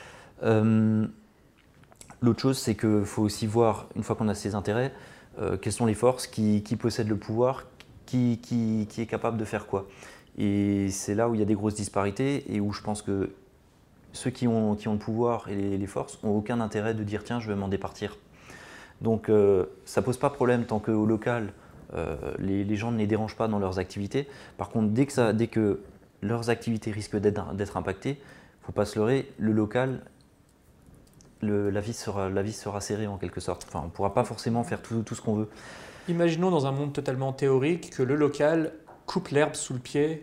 [SPEAKER 3] L'autre chose, c'est qu'il faut aussi voir, une fois qu'on a ces intérêts, quelles sont les forces qui possèdent le pouvoir, qui est capable de faire quoi. Et c'est là où il y a des grosses disparités et où je pense que ceux qui ont le pouvoir et les forces n'ont aucun intérêt de dire tiens, je vais m'en départir. Donc ça ne pose pas problème tant qu'au local, les gens ne les dérangent pas dans leurs activités. Par contre, dès que leurs activités risquent d'être impactées, il ne faut pas se leurrer, le local, la vis sera serrée en quelque sorte. Enfin, on ne pourra pas forcément faire tout ce qu'on veut.
[SPEAKER 1] Imaginons dans un monde totalement théorique que le local coupe l'herbe sous le pied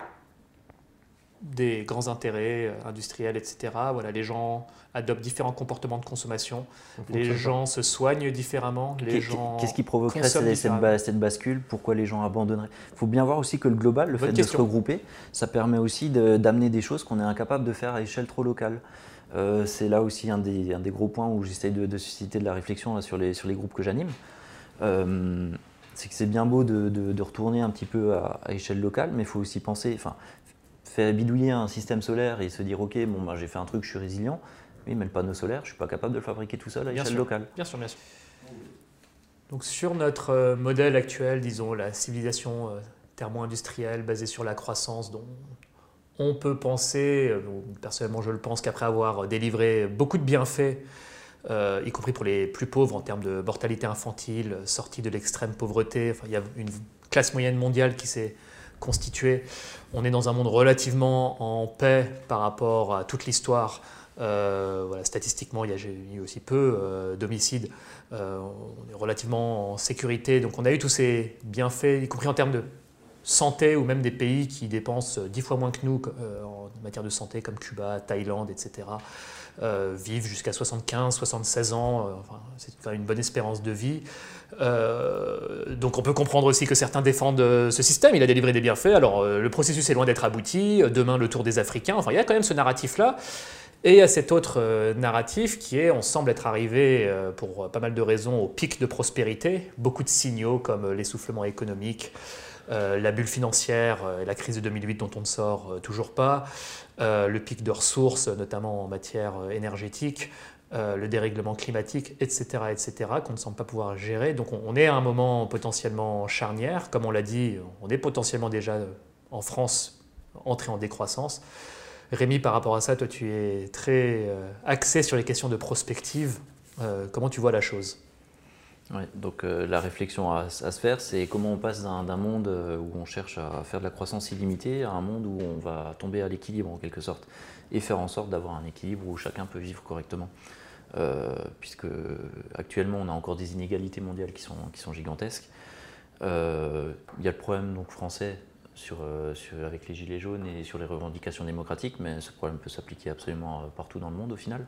[SPEAKER 1] des grands intérêts industriels, etc. Voilà, les gens adoptent différents comportements de consommation, les gens se soignent différemment,
[SPEAKER 3] Qu'est-ce qui provoquerait cette bascule? Pourquoi les gens abandonneraient? Il faut bien voir aussi que le global, le fait de se regrouper, ça permet aussi d'amener des choses qu'on est incapable de faire à échelle trop locale. C'est là aussi un des gros points où j'essaie de susciter de la réflexion là, sur les groupes que j'anime. C'est que c'est bien beau de retourner un petit peu à échelle locale, mais il faut aussi penser, faire bidouiller un système solaire et se dire ok, bon, j'ai fait un truc, je suis résilient, oui, mais le panneau solaire, je ne suis pas capable de le fabriquer tout seul à échelle locale.
[SPEAKER 1] Bien sûr, bien sûr. Donc sur notre modèle actuel, disons la civilisation thermo-industrielle basée sur la croissance, dont on peut penser, personnellement je le pense, qu'après avoir délivré beaucoup de bienfaits, y compris pour les plus pauvres en termes de mortalité infantile, sortie de l'extrême pauvreté, il y a une classe moyenne mondiale qui s'est constituée. On est dans un monde relativement en paix par rapport à toute l'histoire. Voilà, statistiquement, il y a eu aussi peu d'homicides. On est relativement en sécurité. Donc on a eu tous ces bienfaits, y compris en termes de santé, ou même des pays qui dépensent 10 fois moins que nous en matière de santé, comme Cuba, Thaïlande, etc. Vivent jusqu'à 75, 76 ans, c'est une bonne espérance de vie. Donc on peut comprendre aussi que certains défendent ce système, il a délivré des bienfaits, alors le processus est loin d'être abouti, demain le tour des Africains, il y a quand même ce narratif-là. Et il y a cet autre narratif qui est, on semble être arrivé, pour pas mal de raisons, au pic de prospérité, beaucoup de signaux comme l'essoufflement économique, la bulle financière et la crise de 2008 dont on ne sort toujours pas, le pic de ressources, notamment en matière énergétique, le dérèglement climatique, etc., qu'on ne semble pas pouvoir gérer. Donc on est à un moment potentiellement charnière. Comme on l'a dit, on est potentiellement déjà en France entré en décroissance. Rémi, par rapport à ça, toi tu es très axé sur les questions de prospective. Comment tu vois la chose ?
[SPEAKER 3] Ouais, donc la réflexion à se faire, c'est comment on passe d'un monde où on cherche à faire de la croissance illimitée à un monde où on va tomber à l'équilibre en quelque sorte et faire en sorte d'avoir un équilibre où chacun peut vivre correctement. Puisque actuellement on a encore des inégalités mondiales qui sont gigantesques. Il y a le problème donc, français avec les Gilets jaunes et sur les revendications démocratiques, mais ce problème peut s'appliquer absolument partout dans le monde au final.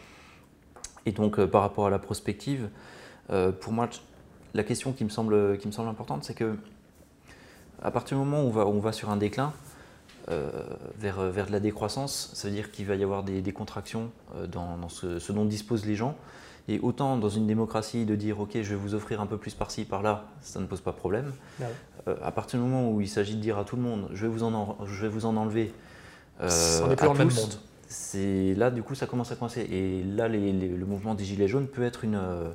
[SPEAKER 3] Et donc par rapport à la prospective, pour moi, la question qui me semble importante, c'est que à partir du moment où on va sur un déclin vers de la décroissance, ça veut dire qu'il va y avoir des contractions dans ce dont disposent les gens. Et autant dans une démocratie de dire ok, je vais vous offrir un peu plus par-ci, par-là, ça ne pose pas de problème. Ouais. À partir du moment où il s'agit de dire à tout le monde je vais vous en enlever,
[SPEAKER 1] on n'est plus dans le même monde.
[SPEAKER 3] Là, du coup, ça commence à coincer. Et là, le mouvement des Gilets jaunes peut être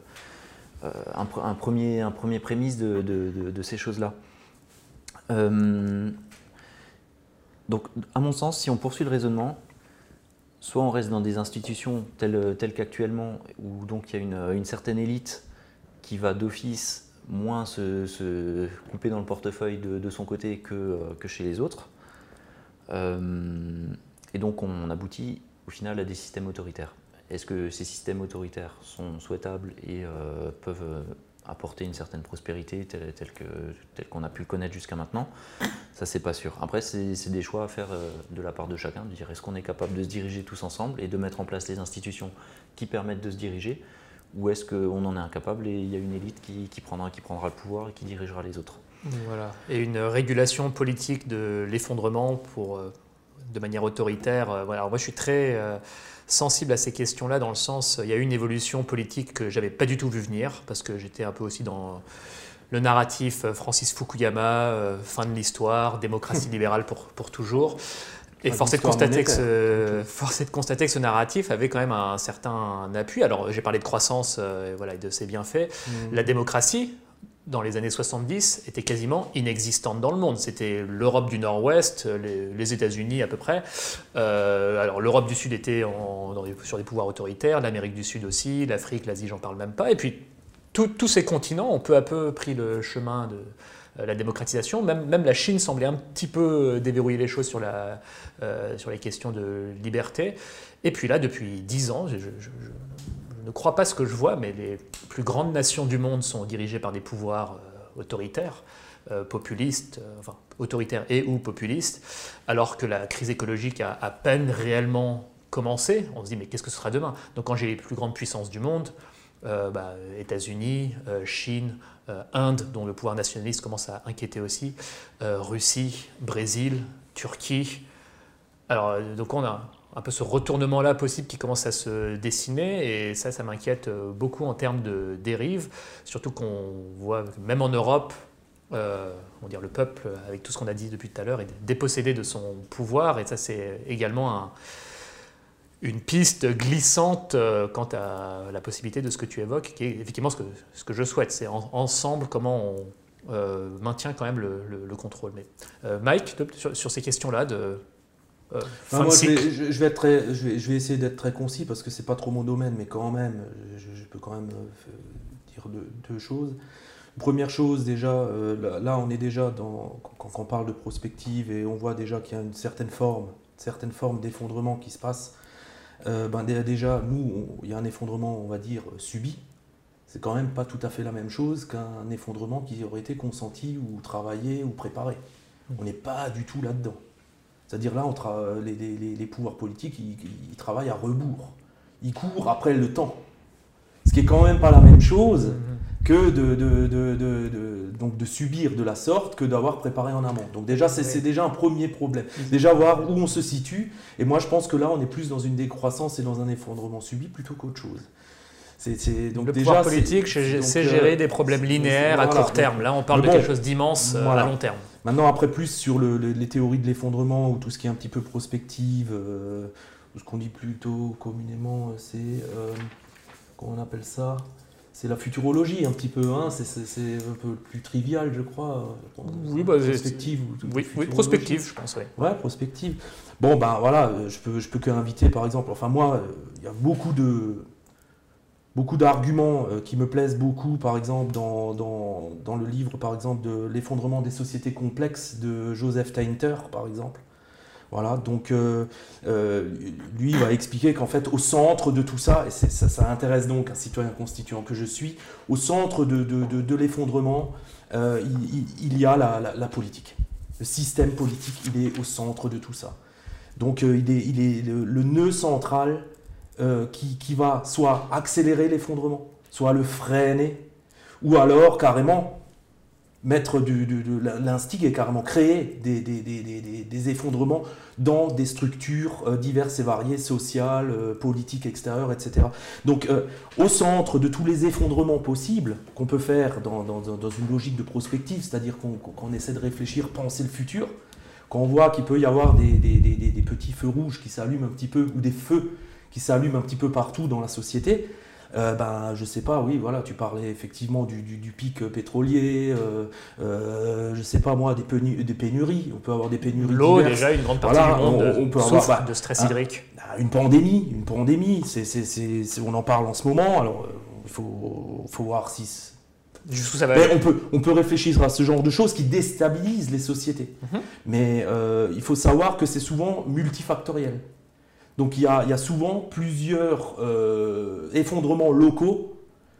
[SPEAKER 3] un premier prémisse de ces choses-là. Donc, à mon sens, si on poursuit le raisonnement, soit on reste dans des institutions telles qu'actuellement, où donc il y a une certaine élite qui va d'office moins se couper dans le portefeuille de son côté que chez les autres. Et donc on aboutit au final à des systèmes autoritaires. Est-ce que ces systèmes autoritaires sont souhaitables et peuvent apporter une certaine prospérité telle qu'on a pu le connaître jusqu'à maintenant? Ça, c'est pas sûr. Après, c'est des choix à faire de la part de chacun, de dire est-ce qu'on est capable de se diriger tous ensemble et de mettre en place les institutions qui permettent de se diriger, ou est-ce qu'on en est incapable et il y a une élite qui prendra le pouvoir et qui dirigera les autres?
[SPEAKER 1] Voilà. Et une régulation politique de l'effondrement de manière autoritaire. Voilà. Alors moi, je suis très sensible à ces questions-là, dans le sens, il y a eu une évolution politique que j'avais pas du tout vu venir, parce que j'étais un peu aussi dans le narratif Francis Fukuyama, fin de l'histoire, démocratie libérale pour toujours. Et force est de constater que ce narratif avait quand même un certain appui. Alors j'ai parlé de croissance et de ses bienfaits. La démocratie, dans les années 70, était quasiment inexistante dans le monde. C'était l'Europe du Nord-Ouest, les États-Unis à peu près. Alors l'Europe du Sud était sur des pouvoirs autoritaires, l'Amérique du Sud aussi, l'Afrique, l'Asie, j'en parle même pas. Et puis tous ces continents ont peu à peu pris le chemin de la démocratisation. Même la Chine semblait un petit peu déverrouiller les choses sur les questions de liberté. Et puis là, depuis 10 ans, je ne crois pas ce que je vois, mais les plus grandes nations du monde sont dirigées par des pouvoirs autoritaires, populistes, autoritaires et ou populistes, alors que la crise écologique a à peine réellement commencé. On se dit, mais qu'est-ce que ce sera demain? Donc quand j'ai les plus grandes puissances du monde, États-Unis, Chine, Inde, dont le pouvoir nationaliste commence à inquiéter aussi, Russie, Brésil, Turquie. Alors, donc on a un peu ce retournement-là possible qui commence à se dessiner, et ça m'inquiète beaucoup en termes de dérive, surtout qu'on voit, même en Europe, le peuple, avec tout ce qu'on a dit depuis tout à l'heure, est dépossédé de son pouvoir, et ça c'est également une piste glissante quant à la possibilité de ce que tu évoques, qui est effectivement ce que je souhaite, c'est ensemble comment on maintient quand même le contrôle. Mais, Mike, sur ces questions-là
[SPEAKER 2] moi, je vais essayer d'être très concis parce que c'est pas trop mon domaine, mais quand même, je peux quand même dire deux choses. Première chose, déjà, là on est déjà quand on parle de prospective et on voit déjà qu'il y a une certaine forme d'effondrement qui se passe. Déjà, nous, il y a un effondrement, on va dire, subi. C'est quand même pas tout à fait la même chose qu'un effondrement qui aurait été consenti ou travaillé ou préparé. On n'est pas du tout là-dedans. C'est-à-dire là, les pouvoirs politiques, ils travaillent à rebours. Ils courent après le temps. Ce qui est quand même pas la même chose que donc de subir de la sorte que d'avoir préparé en amont. Donc déjà, c'est déjà un premier problème. Déjà voir où on se situe. Et moi, je pense que là, on est plus dans une décroissance et dans un effondrement subi plutôt qu'autre chose.
[SPEAKER 1] Donc le pouvoir politique, c'est gérer des problèmes linéaires à court terme. Là, on parle de quelque chose d'immense à long terme.
[SPEAKER 2] Maintenant, après, plus sur les théories de l'effondrement ou tout ce qui est un petit peu prospective, ce qu'on dit plutôt communément, c'est... comment on appelle ça? C'est la futurologie un petit peu, hein. C'est un peu plus trivial, je crois.
[SPEAKER 1] Oui,
[SPEAKER 2] prospective.
[SPEAKER 1] Oui, prospective, je pense.
[SPEAKER 2] Ouais, prospective. Bon, je peux qu'inviter, par exemple. Enfin, moi, il y a beaucoup d'arguments qui me plaisent beaucoup, par exemple, dans le livre, par exemple, de l'effondrement des sociétés complexes de Joseph Tainter, par exemple. Voilà, donc lui va expliquer qu'en fait, au centre de tout ça, et ça intéresse donc un citoyen constituant que je suis, au centre de l'effondrement, il y a la politique. Le système politique, il est au centre de tout ça. Donc il est le nœud central qui va soit accélérer l'effondrement, soit le freiner, ou alors carrément mettre l'instig et carrément créer des effondrements dans des structures diverses et variées, sociales, politiques, extérieures, etc. Donc au centre de tous les effondrements possibles qu'on peut faire dans une logique de prospective, c'est-à-dire qu'on essaie de réfléchir, penser le futur, quand on voit qu'il peut y avoir des petits feux rouges qui s'allument un petit peu, ou des feux qui s'allument un petit peu partout dans la société, je sais pas, oui, voilà, tu parlais effectivement du pic pétrolier, je sais pas moi, des pénuries, on peut avoir des pénuries
[SPEAKER 1] l'eau,
[SPEAKER 2] diverses.
[SPEAKER 1] déjà, une grande partie du monde
[SPEAKER 2] on peut
[SPEAKER 1] souffre
[SPEAKER 2] avoir
[SPEAKER 1] de stress hydrique.
[SPEAKER 2] Une pandémie, on en parle en ce moment, alors il faut voir si...
[SPEAKER 1] Jusqu'où ça va
[SPEAKER 2] Mais
[SPEAKER 1] aller.
[SPEAKER 2] on peut réfléchir à ce genre de choses qui déstabilisent les sociétés. Mais il faut savoir que c'est souvent multifactoriel. Donc il y a souvent plusieurs effondrements locaux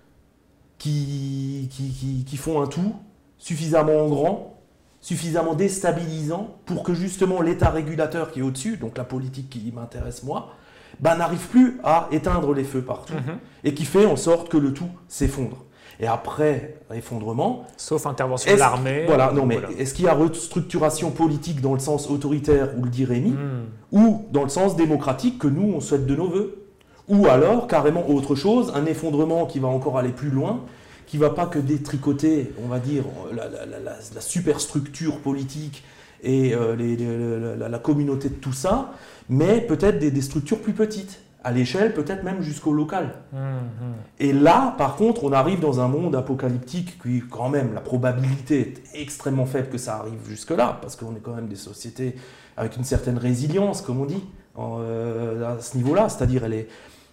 [SPEAKER 2] qui font un tout suffisamment grand, suffisamment déstabilisant pour que justement l'État régulateur qui est au-dessus, donc la politique qui m'intéresse moi, n'arrive plus à éteindre les feux partout et qui fait en sorte que le tout s'effondre. Et après effondrement,
[SPEAKER 1] Sauf intervention de l'armée.
[SPEAKER 2] voilà, non, mais est-ce qu'il y a restructuration politique dans le sens autoritaire, où le dit Rémi, ou dans le sens démocratique que nous, on souhaite de nos voeux? Ou alors, carrément autre chose, un effondrement qui va encore aller plus loin, qui ne va pas que détricoter, on va dire, la superstructure politique et la communauté de tout ça, mais peut-être des structures plus petites, à l'échelle, peut-être même jusqu'au local. Et là, par contre, on arrive dans un monde apocalyptique qui, quand même, la probabilité est extrêmement faible que ça arrive jusque-là, parce qu'on est quand même des sociétés avec une certaine résilience, comme on dit, à ce niveau-là. C'est-à-dire, elle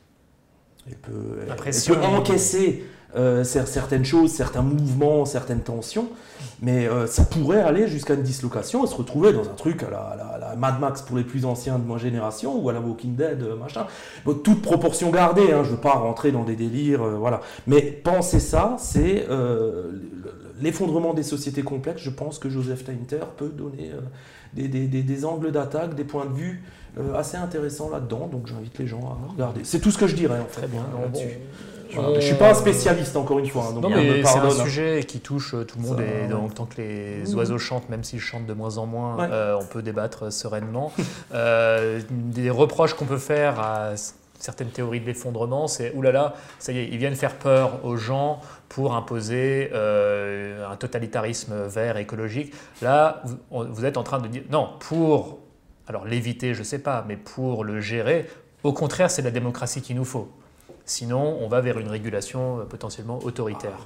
[SPEAKER 2] peut encaisser certaines choses, certains mouvements, certaines tensions, mais ça pourrait aller jusqu'à une dislocation et se retrouver dans un truc à la Mad Max pour les plus anciens de ma génération ou à la Walking Dead, machin. Bon, toute proportion gardée, hein, je ne veux pas rentrer dans des délires, voilà. Mais penser ça, c'est l'effondrement des sociétés complexes. Je pense que Joseph Tainter peut donner des angles d'attaque, des points de vue assez intéressants là-dedans, donc j'invite les gens à regarder. C'est tout ce que je dirais en fait.
[SPEAKER 1] Très bien.
[SPEAKER 2] Là-dessus. Voilà. Je ne suis pas un spécialiste, encore une fois. Hein, donc
[SPEAKER 1] non, mais c'est un
[SPEAKER 2] hein.
[SPEAKER 1] sujet qui touche tout le monde. Et donc, tant que les oiseaux chantent, même s'ils chantent de moins en moins, on peut débattre sereinement. Des reproches qu'on peut faire à certaines théories de l'effondrement, c'est « oulala, ça y est, ils viennent faire peur aux gens pour imposer un totalitarisme vert écologique ». Là, vous êtes en train de dire « non, pour alors l'éviter, je ne sais pas, mais pour le gérer, au contraire, c'est la démocratie qu'il nous faut ». Sinon, on va vers une régulation potentiellement autoritaire.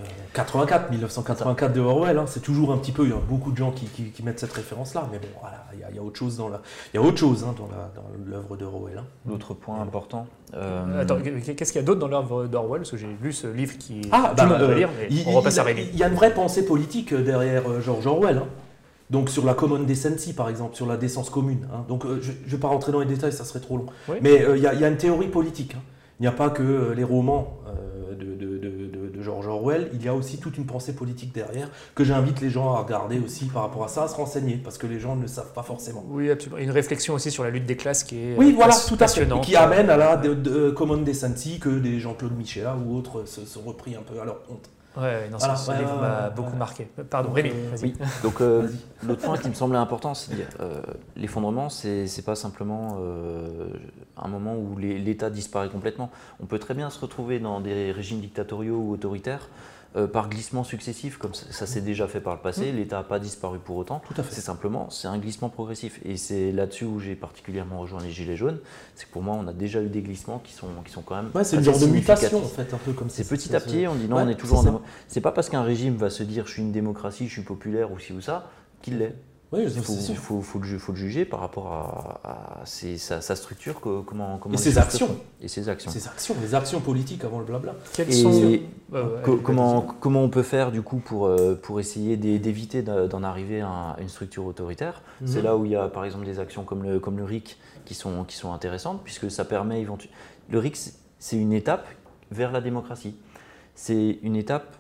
[SPEAKER 2] 1984 de Orwell, hein, c'est toujours un petit peu, il y a beaucoup de gens qui mettent cette référence-là, mais bon, voilà, il y a autre chose dans l'œuvre d'Orwell. Hein.
[SPEAKER 3] L'autre point important.
[SPEAKER 1] Attends, qu'est-ce qu'il y a d'autre dans l'œuvre d'Orwell? Parce que j'ai lu ce livre qui tout le monde peut lire, mais on repasse à Rémi.
[SPEAKER 2] Il y a une vraie pensée politique derrière George Orwell. Hein. Donc sur la common decency, par exemple, sur la décence commune. Hein. Donc je ne vais pas rentrer dans les détails, ça serait trop long. Oui. Mais il y a une théorie politique. Hein. Il n'y a pas que les romans de George Orwell, il y a aussi toute une pensée politique derrière que j'invite les gens à regarder aussi par rapport à ça, à se renseigner, parce que les gens ne le savent pas forcément.
[SPEAKER 1] Oui, absolument. Une réflexion aussi sur la lutte des classes qui est
[SPEAKER 2] tout passionnante. Qui amène à la common decency que des Jean-Claude Michela ou autres se sont repris un peu à leur compte.
[SPEAKER 1] Ouais, non, ce livre m'a beaucoup marqué. Pardon, Rémi, vas-y.
[SPEAKER 3] Oui, donc l'autre point qui me semblait important, c'est l'effondrement, c'est pas simplement un moment où l'État disparaît complètement. On peut très bien se retrouver dans des régimes dictatoriaux ou autoritaires par glissement successif, comme ça s'est déjà fait par le passé. L'État n'a pas disparu pour autant.
[SPEAKER 2] Tout à fait.
[SPEAKER 3] C'est un glissement progressif. Et c'est là-dessus où j'ai particulièrement rejoint les Gilets jaunes. C'est que pour moi, on a déjà eu des glissements qui sont quand même
[SPEAKER 2] c'est une genre de mutation, en fait, un peu comme ça.
[SPEAKER 3] C'est petit à petit, on dit non, on est toujours en démocratie. C'est pas parce qu'un régime va se dire je suis une démocratie, je suis populaire ou ci ou ça, qu'il l'est.
[SPEAKER 2] Oui,
[SPEAKER 3] il faut le juger par rapport à sa structure, comment
[SPEAKER 2] et ses actions.
[SPEAKER 3] Et ses actions.
[SPEAKER 2] Les actions politiques avant le blabla.
[SPEAKER 3] Comment on peut faire du coup pour essayer d'éviter d'en arriver à une structure autoritaire. C'est là où il y a par exemple des actions comme le RIC qui sont intéressantes, puisque ça permet éventuellement... Le RIC, c'est une étape vers la démocratie. C'est une étape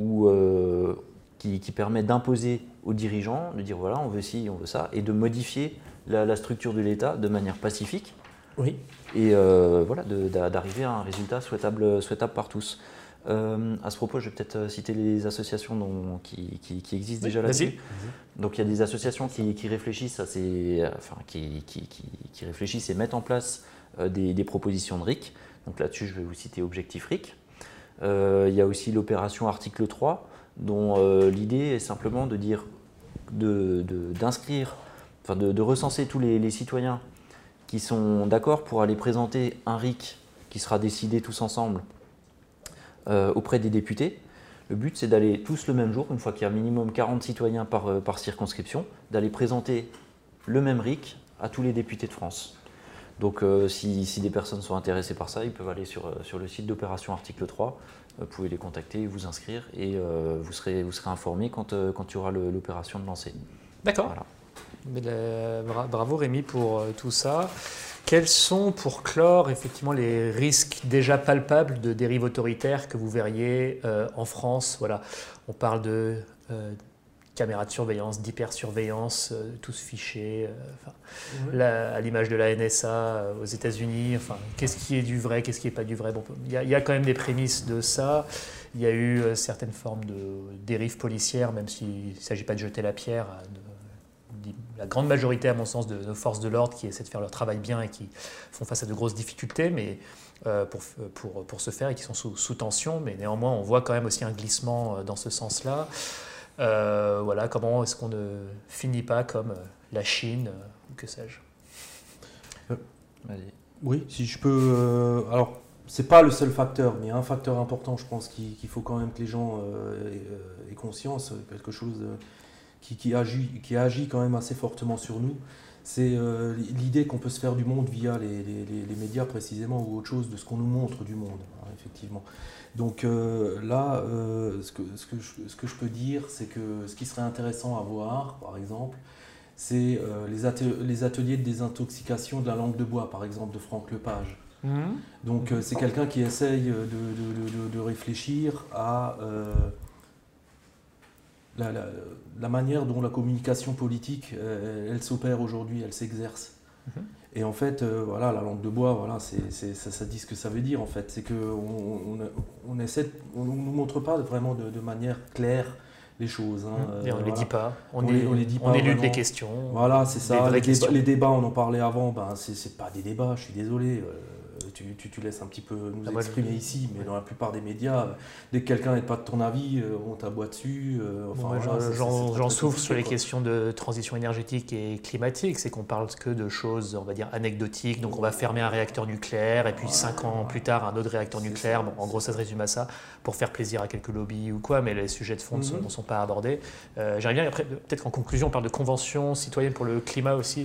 [SPEAKER 3] qui permet d'imposer aux dirigeants, de dire voilà, on veut ci, on veut ça, et de modifier la structure de l'État de manière pacifique.
[SPEAKER 2] Oui.
[SPEAKER 3] Et voilà, d'arriver à un résultat souhaitable par tous. À ce propos, je vais peut-être citer les associations qui existent déjà là-dessus. Donc il y a des associations qui réfléchissent qui réfléchissent et mettent en place des propositions de RIC. Donc là-dessus, je vais vous citer Objectif RIC. Il y a aussi l'opération Article 3, dont l'idée est simplement de dire, d'inscrire, de recenser tous les citoyens qui sont d'accord pour aller présenter un RIC qui sera décidé tous ensemble auprès des députés. Le but, c'est d'aller tous le même jour, une fois qu'il y a minimum 40 citoyens par circonscription, d'aller présenter le même RIC à tous les députés de France. Donc si des personnes sont intéressées par ça, ils peuvent aller sur le site d'Opération Article 3 vous pouvez les contacter, vous inscrire et vous serez informé quand il y aura l'opération de lancer.
[SPEAKER 1] D'accord.
[SPEAKER 3] Voilà.
[SPEAKER 1] Bravo Rémi pour tout ça. Quels sont, pour clore, effectivement, les risques déjà palpables de dérive autoritaire que vous verriez en France? Voilà. On parle de caméras de surveillance, d'hypersurveillance, tous fichés, à l'image de la NSA aux États-Unis. Enfin, qu'est-ce qui est du vrai, qu'est-ce qui n'est pas du vrai? Bon, il y a quand même des prémices de ça. Il y a eu certaines formes de dérives policières, même s'il ne s'agit pas de jeter la pierre à la grande majorité, à mon sens, de nos forces de l'ordre qui essaient de faire leur travail bien et qui font face à de grosses difficultés, mais pour ce faire, et qui sont sous tension. Mais néanmoins, on voit quand même aussi un glissement dans ce sens-là. Voilà, comment est-ce qu'on ne finit pas comme la Chine, ou que sais-je?
[SPEAKER 2] Oui, si je peux... alors, c'est pas le seul facteur, mais un facteur important, je pense, qu'il faut quand même que les gens aient conscience, quelque chose qui agit quand même assez fortement sur nous, c'est l'idée qu'on peut se faire du monde via les médias précisément, ou autre chose de ce qu'on nous montre du monde, hein, effectivement. Donc là, ce que je peux dire, c'est que ce qui serait intéressant à voir, par exemple, c'est les ateliers de désintoxication de la langue de bois, par exemple, de Franck Lepage. Donc c'est quelqu'un qui essaye de réfléchir à la manière dont la communication politique, elle s'opère aujourd'hui, elle s'exerce. Et en fait, voilà, la langue de bois, voilà, ça dit ce que ça veut dire en fait. C'est qu'on on nous montre pas vraiment de manière claire les choses. Hein,
[SPEAKER 1] et on ne les dit pas. On
[SPEAKER 2] élude
[SPEAKER 1] vraiment les questions.
[SPEAKER 2] Voilà, c'est ça. Les débats, on en parlait avant. Ben, c'est pas des débats. Je suis désolé. Tu laisses un petit peu nous exprimer ici, mais dans la plupart des médias, dès que quelqu'un n'est pas de ton avis, on t'aboie dessus.
[SPEAKER 1] J'en souffre sur les questions de transition énergétique et climatique, c'est qu'on parle que de choses, on va dire, anecdotiques. Donc on va fermer un réacteur nucléaire et puis 5 ans plus tard un autre réacteur nucléaire. Bon, en gros, ça se résume à ça, pour faire plaisir à quelques lobbies ou quoi, mais les sujets de fond ne sont pas abordés. J'aimerais bien, après, peut-être qu'en conclusion, on parle de convention citoyenne pour le climat aussi.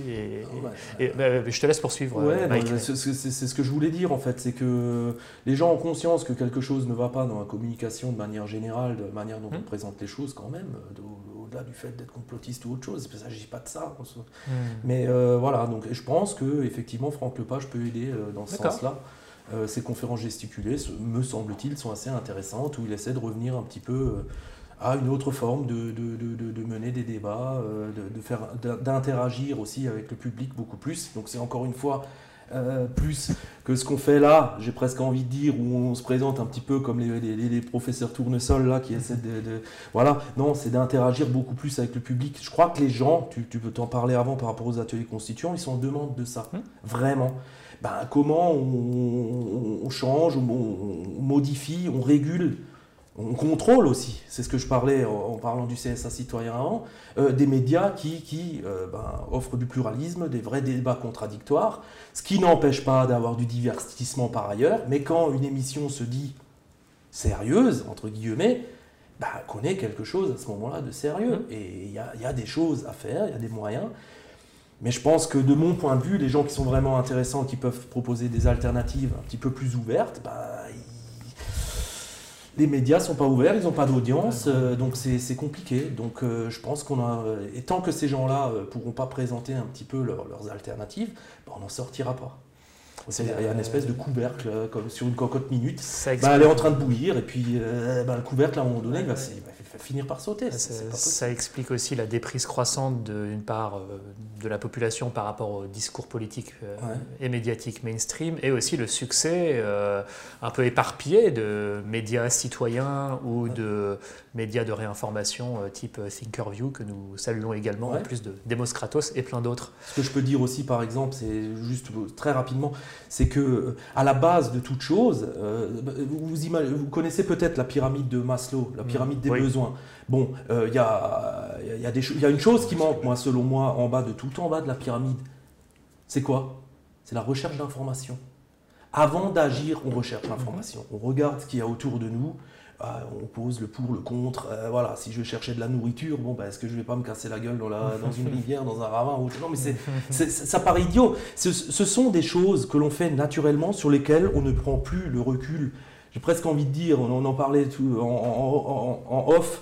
[SPEAKER 1] Je te laisse poursuivre, Mike.
[SPEAKER 2] C'est ce que je voulais dire en fait, c'est que les gens ont conscience que quelque chose ne va pas dans la communication de manière générale, de la manière dont on présente les choses quand même, au-delà du fait d'être complotiste ou autre chose, il ne s'agit pas de ça. Mais voilà, donc je pense que effectivement Franck Lepage peut aider dans ce sens-là. Ces conférences gesticulées, me semble-t-il, sont assez intéressantes, où il essaie de revenir un petit peu à une autre forme de mener des débats, d'interagir aussi avec le public beaucoup plus. Donc c'est encore une fois plus que ce qu'on fait là, j'ai presque envie de dire, où on se présente un petit peu comme les professeurs tournesol là qui essaient voilà, non, c'est d'interagir beaucoup plus avec le public. Je crois que les gens, tu peux t'en parler avant par rapport aux ateliers constituants, ils sont en demande de ça, vraiment. Comment on change, on modifie, on régule, on contrôle aussi, c'est ce que je parlais en parlant du CSA citoyen avant, des médias qui offrent du pluralisme, des vrais débats contradictoires, ce qui n'empêche pas d'avoir du divertissement par ailleurs, mais quand une émission se dit sérieuse, entre guillemets, qu'on ait quelque chose à ce moment-là de sérieux. Et il y a des choses à faire, il y a des moyens. Mais je pense que de mon point de vue, les gens qui sont vraiment intéressants, qui peuvent proposer des alternatives un petit peu plus ouvertes, les médias ne sont pas ouverts, ils n'ont pas d'audience, donc c'est compliqué. Donc je pense et tant que ces gens-là ne pourront pas présenter un petit peu leurs alternatives, on n'en sortira pas. Il y a une espèce de couvercle, comme sur une cocotte minute. Elle est en train de bouillir, et puis le couvercle, à un moment donné, il va finir par sauter.
[SPEAKER 1] Ça explique aussi la déprise croissante d'une part de la population par rapport au discours politique et médiatique mainstream, et aussi le succès un peu éparpillé de médias citoyens ou de médias de réinformation type Thinkerview, que nous saluons également, en plus de Demos Kratos et plein d'autres.
[SPEAKER 2] Ce que je peux dire aussi, par exemple, c'est juste très rapidement, c'est que à la base de toute chose, vous connaissez peut-être la pyramide de Maslow, la pyramide des besoins. Bon, il y a une chose qui manque, selon moi, tout en bas de la pyramide. C'est quoi? C'est la recherche d'information. Avant d'agir, on recherche l'information. On regarde ce qu'il y a autour de nous. On pose le pour, le contre. Voilà, si je cherchais de la nourriture, est-ce que je ne vais pas me casser la gueule dans une rivière, dans un ravin ou autre? Non, mais ça paraît idiot. Ce sont des choses que l'on fait naturellement, sur lesquelles on ne prend plus le recul j'ai presque envie de dire, on en parlait tout en off,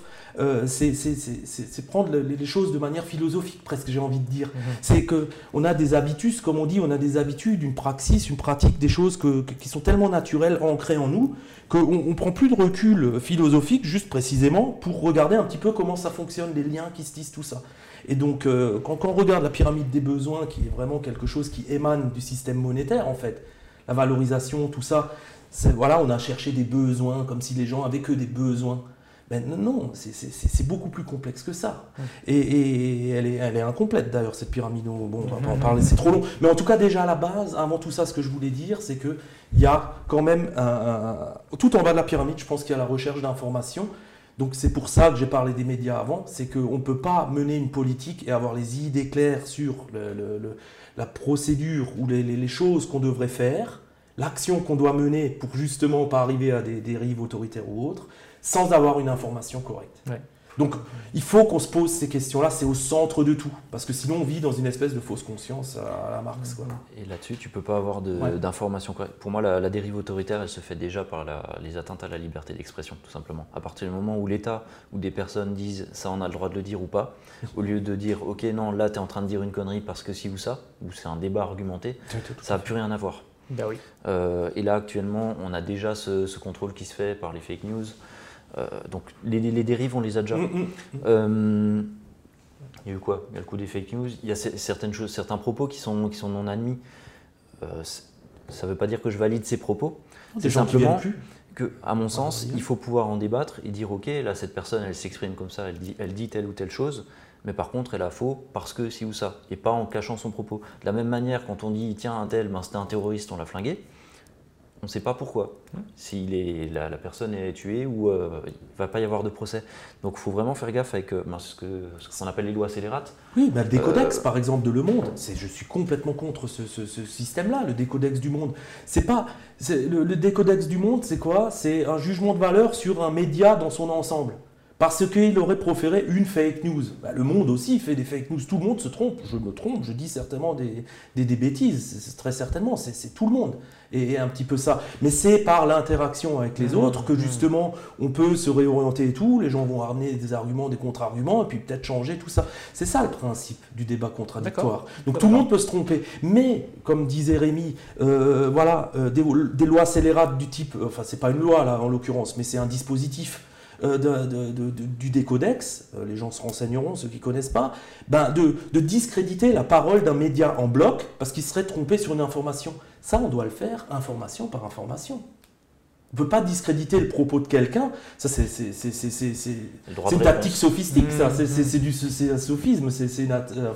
[SPEAKER 2] c'est prendre les choses de manière philosophique, presque, j'ai envie de dire. C'est qu'on a des habitus, comme on dit, on a des habitudes, une praxis, une pratique, des choses qui sont tellement naturelles, ancrées en nous, qu'on ne prend plus de recul philosophique, juste précisément, pour regarder un petit peu comment ça fonctionne, les liens qui se tissent, tout ça. Et donc, quand on regarde la pyramide des besoins, qui est vraiment quelque chose qui émane du système monétaire, en fait, la valorisation, tout ça, voilà, on a cherché des besoins, comme si les gens avaient que des besoins. Ben non, c'est beaucoup plus complexe que ça. Et elle est incomplète d'ailleurs, cette pyramide. Bon, on va pas en parler, c'est trop long. Mais en tout cas, déjà à la base, avant tout ça, ce que je voulais dire, c'est qu'il y a quand même, tout en bas de la pyramide, je pense qu'il y a la recherche d'informations. Donc c'est pour ça que j'ai parlé des médias avant, c'est qu'on ne peut pas mener une politique et avoir les idées claires sur la procédure ou les choses qu'on devrait faire, l'action qu'on doit mener pour justement pas arriver à des dérives autoritaires ou autres, sans avoir une information correcte. Ouais. Donc il faut qu'on se pose ces questions-là, c'est au centre de tout, parce que sinon on vit dans une espèce de fausse conscience à la Marx. Quoi.
[SPEAKER 3] Et là-dessus, tu ne peux pas avoir d'informations correctes. Pour moi, la dérive autoritaire, elle se fait déjà par les atteintes à la liberté d'expression, tout simplement. À partir du moment où l'État ou des personnes disent « ça, on a le droit de le dire ou pas », au lieu de dire « ok, non, là, tu es en train de dire une connerie parce que si ou ça », ou c'est un débat argumenté, ça n'a plus rien à voir.
[SPEAKER 1] Ben oui.
[SPEAKER 3] Et là, actuellement, on a déjà ce contrôle qui se fait par les fake news. Donc les dérives, on les a déjà. Il y a eu quoi? Il y a le coup des fake news. Il y a certaines choses, certains propos qui sont non admis. Ça ne veut pas dire que je valide ces propos. C'est simplement que, à mon sens, il faut pouvoir en débattre et dire ok, là cette personne, elle s'exprime comme ça, elle dit telle ou telle chose, mais par contre, elle a faux parce que ci ou ça, et pas en cachant son propos. De la même manière, quand on dit tiens un tel, ben, c'était un terroriste, on l'a flingué. On ne sait pas pourquoi, si la personne est tuée ou il ne va pas y avoir de procès. Donc il faut vraiment faire gaffe avec ce qu'on appelle les lois scélérates.
[SPEAKER 2] Oui, le décodex par exemple de Le Monde, je suis complètement contre ce système-là, le décodex du Monde. Le décodex du Monde, c'est quoi? C'est un jugement de valeur sur un média dans son ensemble. Parce qu'il aurait proféré une fake news. Le Monde aussi fait des fake news. Tout le monde se trompe. Je me trompe, je dis certainement des bêtises. C'est très certainement, c'est tout le monde. Et un petit peu ça. Mais c'est par l'interaction avec les autres que justement on peut se réorienter et tout. Les gens vont ramener des arguments, des contre-arguments et puis peut-être changer tout ça. C'est ça le principe du débat contradictoire. Donc tout le monde peut se tromper. Mais comme disait Rémi, des lois scélérates du type, enfin c'est pas une loi là en l'occurrence, mais c'est un dispositif du décodex, les gens se renseigneront, ceux qui ne connaissent pas, de discréditer la parole d'un média en bloc parce qu'il serait trompé sur une information. Ça, on doit le faire information par information. On ne peut pas discréditer le propos de quelqu'un, ça c'est une tactique sophistique, ça. C'est un sophisme, c'est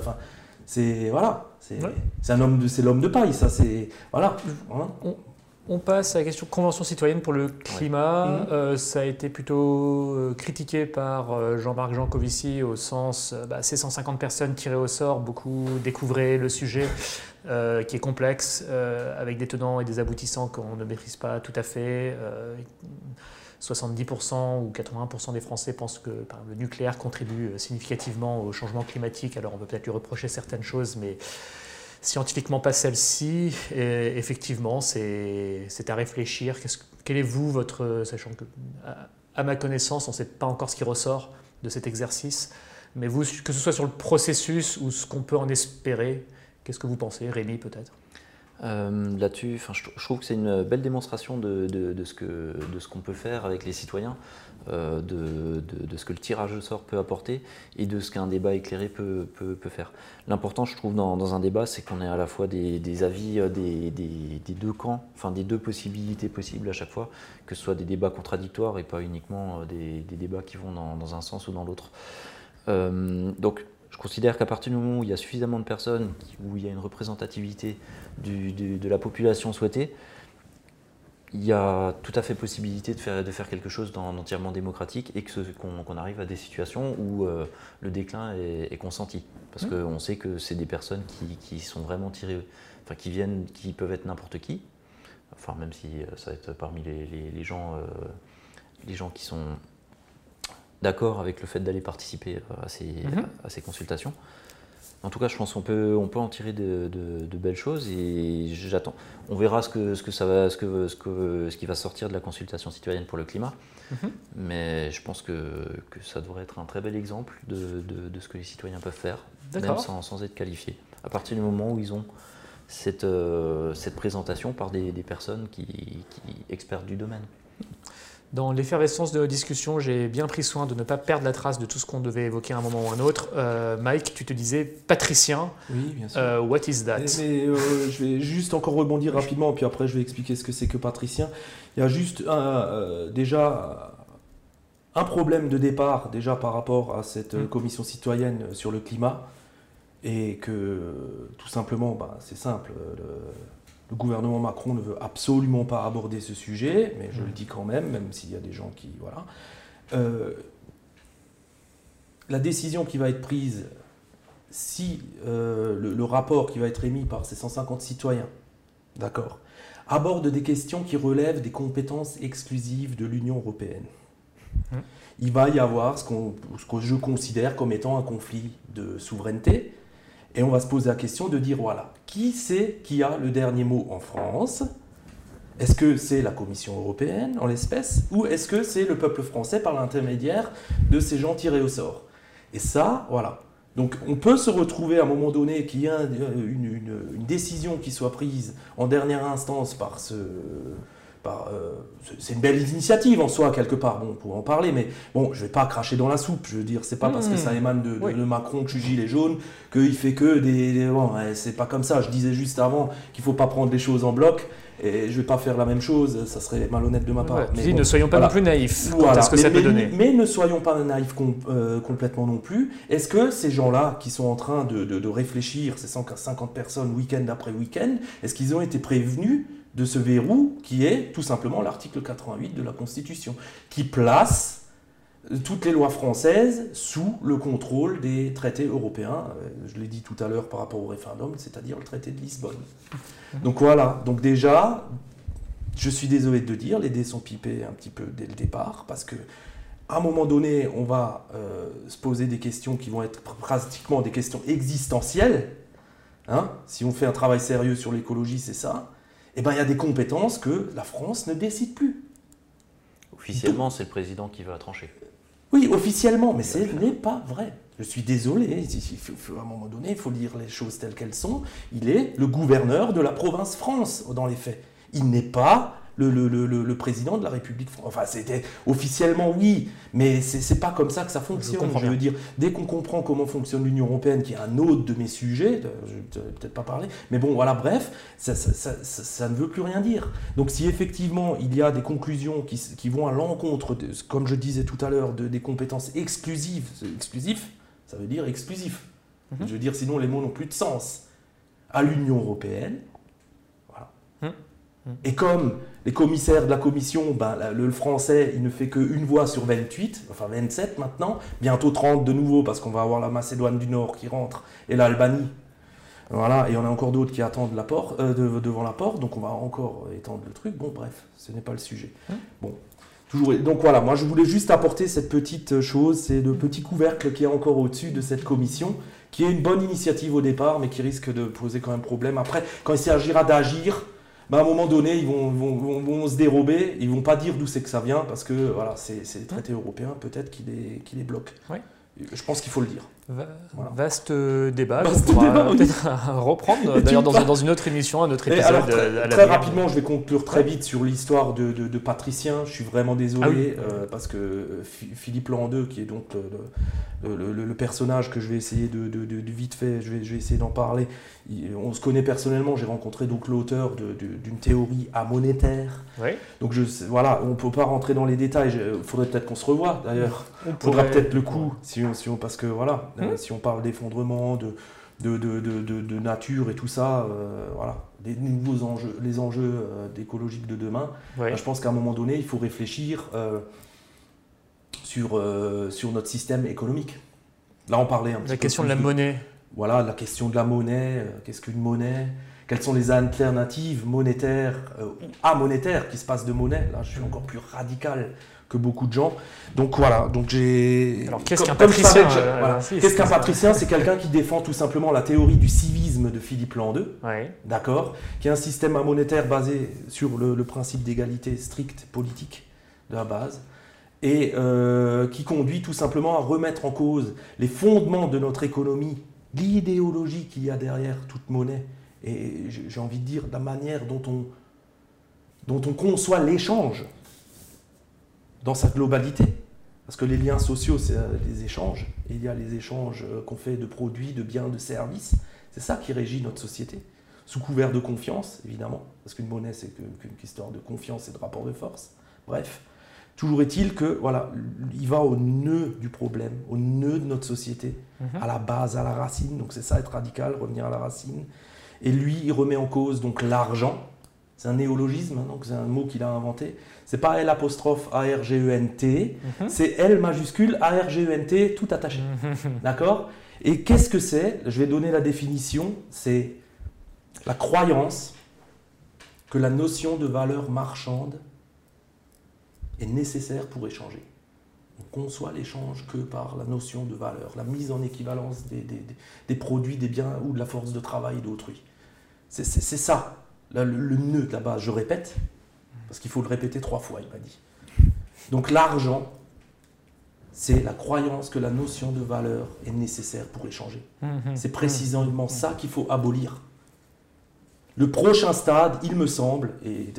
[SPEAKER 2] l'homme de paille, ça c'est... Voilà.
[SPEAKER 1] On passe à la question Convention citoyenne pour le climat. Ça a été plutôt critiqué par Jean-Marc Jancovici au sens, ces 150 personnes tirées au sort, beaucoup découvraient le sujet qui est complexe, avec des tenants et des aboutissants qu'on ne maîtrise pas tout à fait. 70% ou 80% des Français pensent que le nucléaire contribue significativement au changement climatique. Alors on peut peut-être lui reprocher certaines choses, mais... scientifiquement pas celle-ci, et effectivement c'est à réfléchir. Quel est votre, sachant que à ma connaissance on ne sait pas encore ce qui ressort de cet exercice, mais vous, que ce soit sur le processus ou ce qu'on peut en espérer, qu'est-ce que vous pensez? Rémi peut-être?
[SPEAKER 3] Là-dessus, je trouve que c'est une belle démonstration de ce qu'on peut faire avec les citoyens, de ce que le tirage au sort peut apporter et de ce qu'un débat éclairé peut faire. L'important, je trouve, dans un débat, c'est qu'on ait à la fois des avis des deux camps, enfin des deux possibilités possibles à chaque fois, que ce soit des débats contradictoires et pas uniquement des débats qui vont dans un sens ou dans l'autre. Donc, je considère qu'à partir du moment où il y a suffisamment de personnes, où il y a une représentativité de la population souhaitée, il y a tout à fait possibilité de faire quelque chose d'entièrement démocratique et qu'on arrive à des situations où le déclin est consenti. Parce qu'on sait que c'est des personnes qui sont vraiment tirées, enfin qui peuvent être n'importe qui, enfin même si ça va être parmi les gens qui sont d'accord avec le fait d'aller participer à ces consultations. En tout cas, je pense qu'on peut en tirer de belles choses et j'attends. On verra ce qui va sortir de la consultation citoyenne pour le climat. Mais je pense que ça devrait être un très bel exemple de ce que les citoyens peuvent faire, même sans être qualifiés. À partir du moment où ils ont cette présentation par des personnes qui expertes du domaine.
[SPEAKER 1] Dans l'effervescence de nos discussions, j'ai bien pris soin de ne pas perdre la trace de tout ce qu'on devait évoquer à un moment ou à un autre. Mike, tu te disais patricien.
[SPEAKER 2] Oui, bien sûr.
[SPEAKER 1] What is that?
[SPEAKER 2] Je vais juste encore rebondir rapidement, puis après je vais expliquer ce que c'est que patricien. Il y a juste déjà un problème de départ déjà par rapport à cette commission citoyenne sur le climat, et que tout simplement, c'est simple. Le gouvernement Macron ne veut absolument pas aborder ce sujet, mais je le dis quand même s'il y a des gens qui... Voilà. La décision qui va être prise, si le rapport qui va être émis par ces 150 citoyens, d'accord, aborde des questions qui relèvent des compétences exclusives de l'Union européenne, il va y avoir ce que je considère comme étant un conflit de souveraineté. Et on va se poser la question de dire, voilà, qui c'est qui a le dernier mot en France? Est-ce que c'est la Commission européenne, en l'espèce, ou est-ce que c'est le peuple français par l'intermédiaire de ces gens tirés au sort? Et ça, voilà. Donc on peut se retrouver à un moment donné qu'il y ait une décision qui soit prise en dernière instance par c'est une belle initiative en soi, quelque part, bon, on pourrait en parler, mais bon, je ne vais pas cracher dans la soupe, je veux dire, c'est pas parce que ça émane de Macron que je suis gilet jaune, qu'il fait que bon, c'est pas comme ça, je disais juste avant qu'il ne faut pas prendre les choses en bloc, et je ne vais pas faire la même chose, ça serait malhonnête de ma part.
[SPEAKER 1] Mais bon, ne soyons pas non plus naïfs, quant à ce que ça peut donner.
[SPEAKER 2] Mais ne soyons pas naïfs complètement non plus. Est-ce que ces gens-là qui sont en train de réfléchir, ces 150 personnes week-end après week-end, est-ce qu'ils ont été prévenus de ce verrou qui est tout simplement l'article 88 de la Constitution, qui place toutes les lois françaises sous le contrôle des traités européens, je l'ai dit tout à l'heure par rapport au référendum, c'est-à-dire le traité de Lisbonne. Donc voilà, donc déjà, je suis désolé de le dire, les dés sont pipés un petit peu dès le départ, parce que à un moment donné, on va se poser des questions qui vont être pratiquement des questions existentielles. Hein, si on fait un travail sérieux sur l'écologie, c'est ça. Eh bien, il y a des compétences que la France ne décide plus.
[SPEAKER 3] Officiellement, c'est le président qui va trancher.
[SPEAKER 2] Oui, officiellement, mais ce n'est pas vrai. Je suis désolé, à un moment donné, il faut dire les choses telles qu'elles sont. Il est le gouverneur de la province France, dans les faits. Il n'est pas le président de la République française. Enfin, c'était officiellement, oui, mais c'est pas comme ça que ça fonctionne. Je veux dire, dès qu'on comprend comment fonctionne l'Union européenne, qui est un autre de mes sujets, je ne vais peut-être pas parler, mais bon, voilà, bref, ça ne veut plus rien dire. Donc, si effectivement, il y a des conclusions qui vont à l'encontre, comme je disais tout à l'heure, des compétences exclusives, ça veut dire exclusif. Je veux dire, sinon, les mots n'ont plus de sens. À l'Union européenne, voilà. Et comme les commissaires de la commission, le français, il ne fait qu'une voix sur 28, enfin 27 maintenant, bientôt 30 de nouveau, parce qu'on va avoir la Macédoine du Nord qui rentre, et l'Albanie. Voilà, et on a encore d'autres qui attendent devant la porte, donc on va encore étendre le truc. Bon, bref, ce n'est pas le sujet. Bon, toujours. Donc voilà, moi je voulais juste apporter cette petite chose, c'est le petit couvercle qui est encore au-dessus de cette commission, qui est une bonne initiative au départ, mais qui risque de poser quand même problème. Après, quand il s'agira d'agir, à un moment donné, ils vont se dérober, ils ne vont pas dire d'où c'est que ça vient, parce que voilà, c'est les traités européens peut-être qui les bloquent. Oui. Je pense qu'il faut le dire.
[SPEAKER 1] Voilà. Vaste débat qu'on pourra peut-être reprendre, d'ailleurs dans une autre émission, un autre épisode. Alors,
[SPEAKER 2] très rapidement, je vais conclure très vite sur l'histoire de Patricien. Je suis vraiment désolé, parce que Philippe Landeux, qui est donc le personnage que je vais essayer de vite fait, je vais essayer d'en parler. On se connaît personnellement, j'ai rencontré donc l'auteur d'une théorie amonétaire. Oui. Donc voilà, on ne peut pas rentrer dans les détails, il faudrait peut-être qu'on se revoie d'ailleurs. Il faudra peut-être le coup, parce que voilà, si on parle d'effondrement, de nature et tout ça, voilà, des nouveaux enjeux, les enjeux écologiques de demain, je pense qu'à un moment donné, il faut réfléchir sur notre système économique. Là, on parlait un petit peu.
[SPEAKER 1] La question de la monnaie.
[SPEAKER 2] voilà, la question de la monnaie, qu'est-ce qu'une monnaie, quelles sont les alternatives monétaires ou amonétaires qui se passent de monnaie. Là, je suis encore plus radical que beaucoup de gens. Donc voilà, donc j'ai...
[SPEAKER 1] Alors qu'est-ce qu'un patricien?
[SPEAKER 2] Qu'est-ce qu'un patricien? C'est quelqu'un qui défend tout simplement la théorie du civisme de Philippe Lan II, d'accord, qui est un système monétaire basé sur le principe d'égalité stricte politique de la base, et qui conduit tout simplement à remettre en cause les fondements de notre économie, l'idéologie qu'il y a derrière toute monnaie, et j'ai envie de dire la manière dont on conçoit l'échange dans sa globalité. Parce que les liens sociaux, c'est les échanges. Et il y a les échanges qu'on fait de produits, de biens, de services. C'est ça qui régit notre société. Sous couvert de confiance, évidemment. Parce qu'une monnaie, c'est qu'une histoire de confiance et de rapport de force. Bref. Toujours est-il que, voilà, il va au nœud du problème, au nœud de notre société, à la base, à la racine. Donc c'est ça, être radical, revenir à la racine. Et lui, il remet en cause donc l'argent. C'est un néologisme, hein, donc c'est un mot qu'il a inventé. C'est pas L apostrophe A-R-G-E-N-T, c'est L majuscule A-R-G-E-N-T, tout attaché. D'accord? Et qu'est-ce que c'est? Je vais donner la définition. C'est la croyance que la notion de valeur marchande est nécessaire pour échanger. On conçoit l'échange que par la notion de valeur, la mise en équivalence des produits, des biens ou de la force de travail d'autrui. C'est ça. Là, le nœud de la base, je répète, parce qu'il faut le répéter 3 fois, il m'a dit. Donc l'argent, c'est la croyance que la notion de valeur est nécessaire pour échanger. C'est précisément ça qu'il faut abolir. Le prochain stade, il me semble, et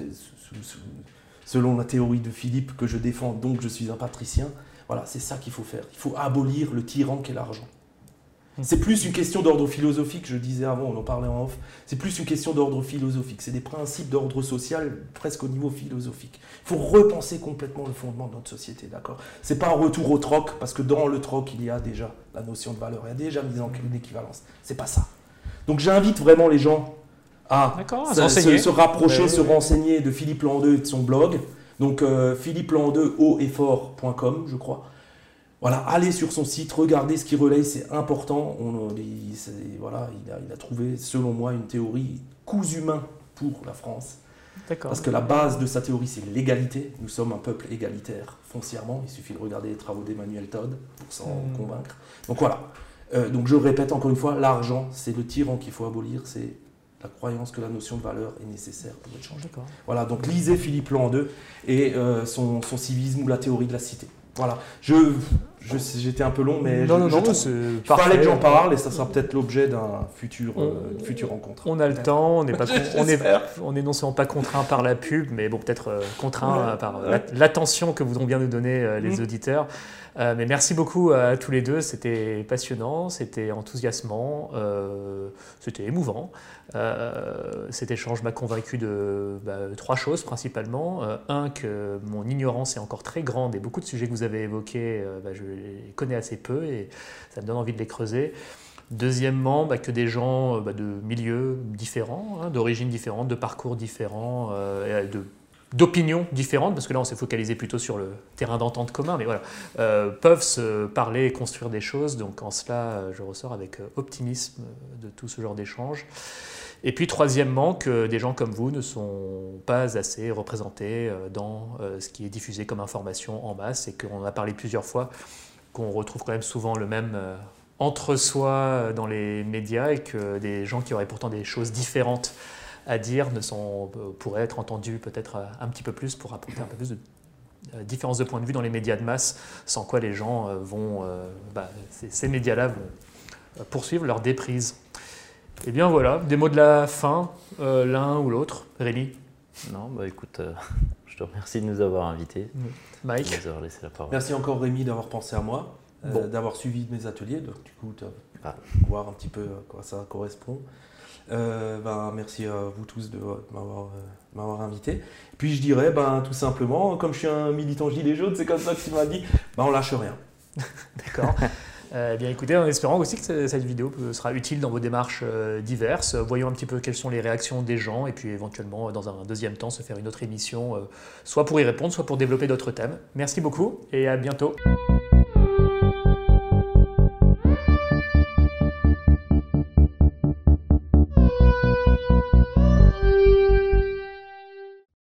[SPEAKER 2] selon la théorie de Philippe que je défends, donc je suis un patricien, voilà, c'est ça qu'il faut faire. Il faut abolir le tyran qu'est l'argent. C'est plus une question d'ordre philosophique, je disais avant, on en parlait en off, c'est plus une question d'ordre philosophique, c'est des principes d'ordre social presque au niveau philosophique. Il faut repenser complètement le fondement de notre société, d'accord? C'est pas un retour au troc, parce que dans le troc, il y a déjà la notion de valeur, il y a déjà mise en équivalence. C'est pas ça. Donc j'invite vraiment les gens à se rapprocher, se renseigner de Philippe Lan II et de son blog, donc philippe-lan2-haut-et-fort.com, je crois. Voilà, allez sur son site, regardez ce qu'il relaye, c'est important. Il a trouvé, selon moi, une théorie cousu humain pour la France. Parce que la base de sa théorie, c'est l'égalité. Nous sommes un peuple égalitaire foncièrement. Il suffit de regarder les travaux d'Emmanuel Todd pour s'en convaincre. Donc voilà. Donc je répète encore une fois, l'argent, c'est le tyran qu'il faut abolir. C'est la croyance que la notion de valeur est nécessaire pour échanger. Voilà, donc lisez Philippe Lan II et son civisme ou la théorie de la cité. Voilà, j'étais un peu long, mais il fallait que j'en parle et ça sera peut-être l'objet d'une future rencontre.
[SPEAKER 1] On a le temps, on est non seulement pas contraint par la pub, mais bon, peut-être contraint par l'attention que voudront bien nous donner les auditeurs. Mais merci beaucoup à tous les deux, c'était passionnant, c'était enthousiasmant, c'était émouvant. Cet échange m'a convaincu de 3 choses principalement. Un, que mon ignorance est encore très grande et beaucoup de sujets que vous avez évoqués, je les connais assez peu et ça me donne envie de les creuser. Deuxièmement, que des gens de milieux différents, d'origines différentes, de parcours différents, d'opinions différentes, parce que là on s'est focalisé plutôt sur le terrain d'entente commun, mais voilà, peuvent se parler et construire des choses. Donc en cela, je ressors avec optimisme de tout ce genre d'échange. Et puis troisièmement, que des gens comme vous ne sont pas assez représentés dans ce qui est diffusé comme information en masse, et qu'on a parlé plusieurs fois, qu'on retrouve quand même souvent le même entre-soi dans les médias, et que des gens qui auraient pourtant des choses différentes à dire pourraient être entendus peut-être un petit peu plus pour apporter un peu plus de différence de point de vue dans les médias de masse, sans quoi les gens ces médias-là vont poursuivre leur déprise. Et bien voilà, des mots de la fin, l'un ou l'autre. Rémi?
[SPEAKER 3] Non, écoute, je te remercie de nous avoir invités.
[SPEAKER 1] Mike?
[SPEAKER 3] De nous avoir laissé la parole.
[SPEAKER 2] Merci encore Rémi d'avoir pensé à moi, d'avoir suivi mes ateliers, donc du coup, voir un petit peu à quoi ça correspond. Merci à vous tous de m'avoir invité. Et puis je dirais tout simplement, comme je suis un militant gilet jaune, c'est comme ça que tu m'as dit, on lâche rien.
[SPEAKER 1] D'accord. Bien écoutez, en espérant aussi que cette vidéo sera utile dans vos démarches diverses. Voyons un petit peu quelles sont les réactions des gens et puis éventuellement dans un deuxième temps se faire une autre émission, soit pour y répondre, soit pour développer d'autres thèmes. Merci beaucoup et à bientôt.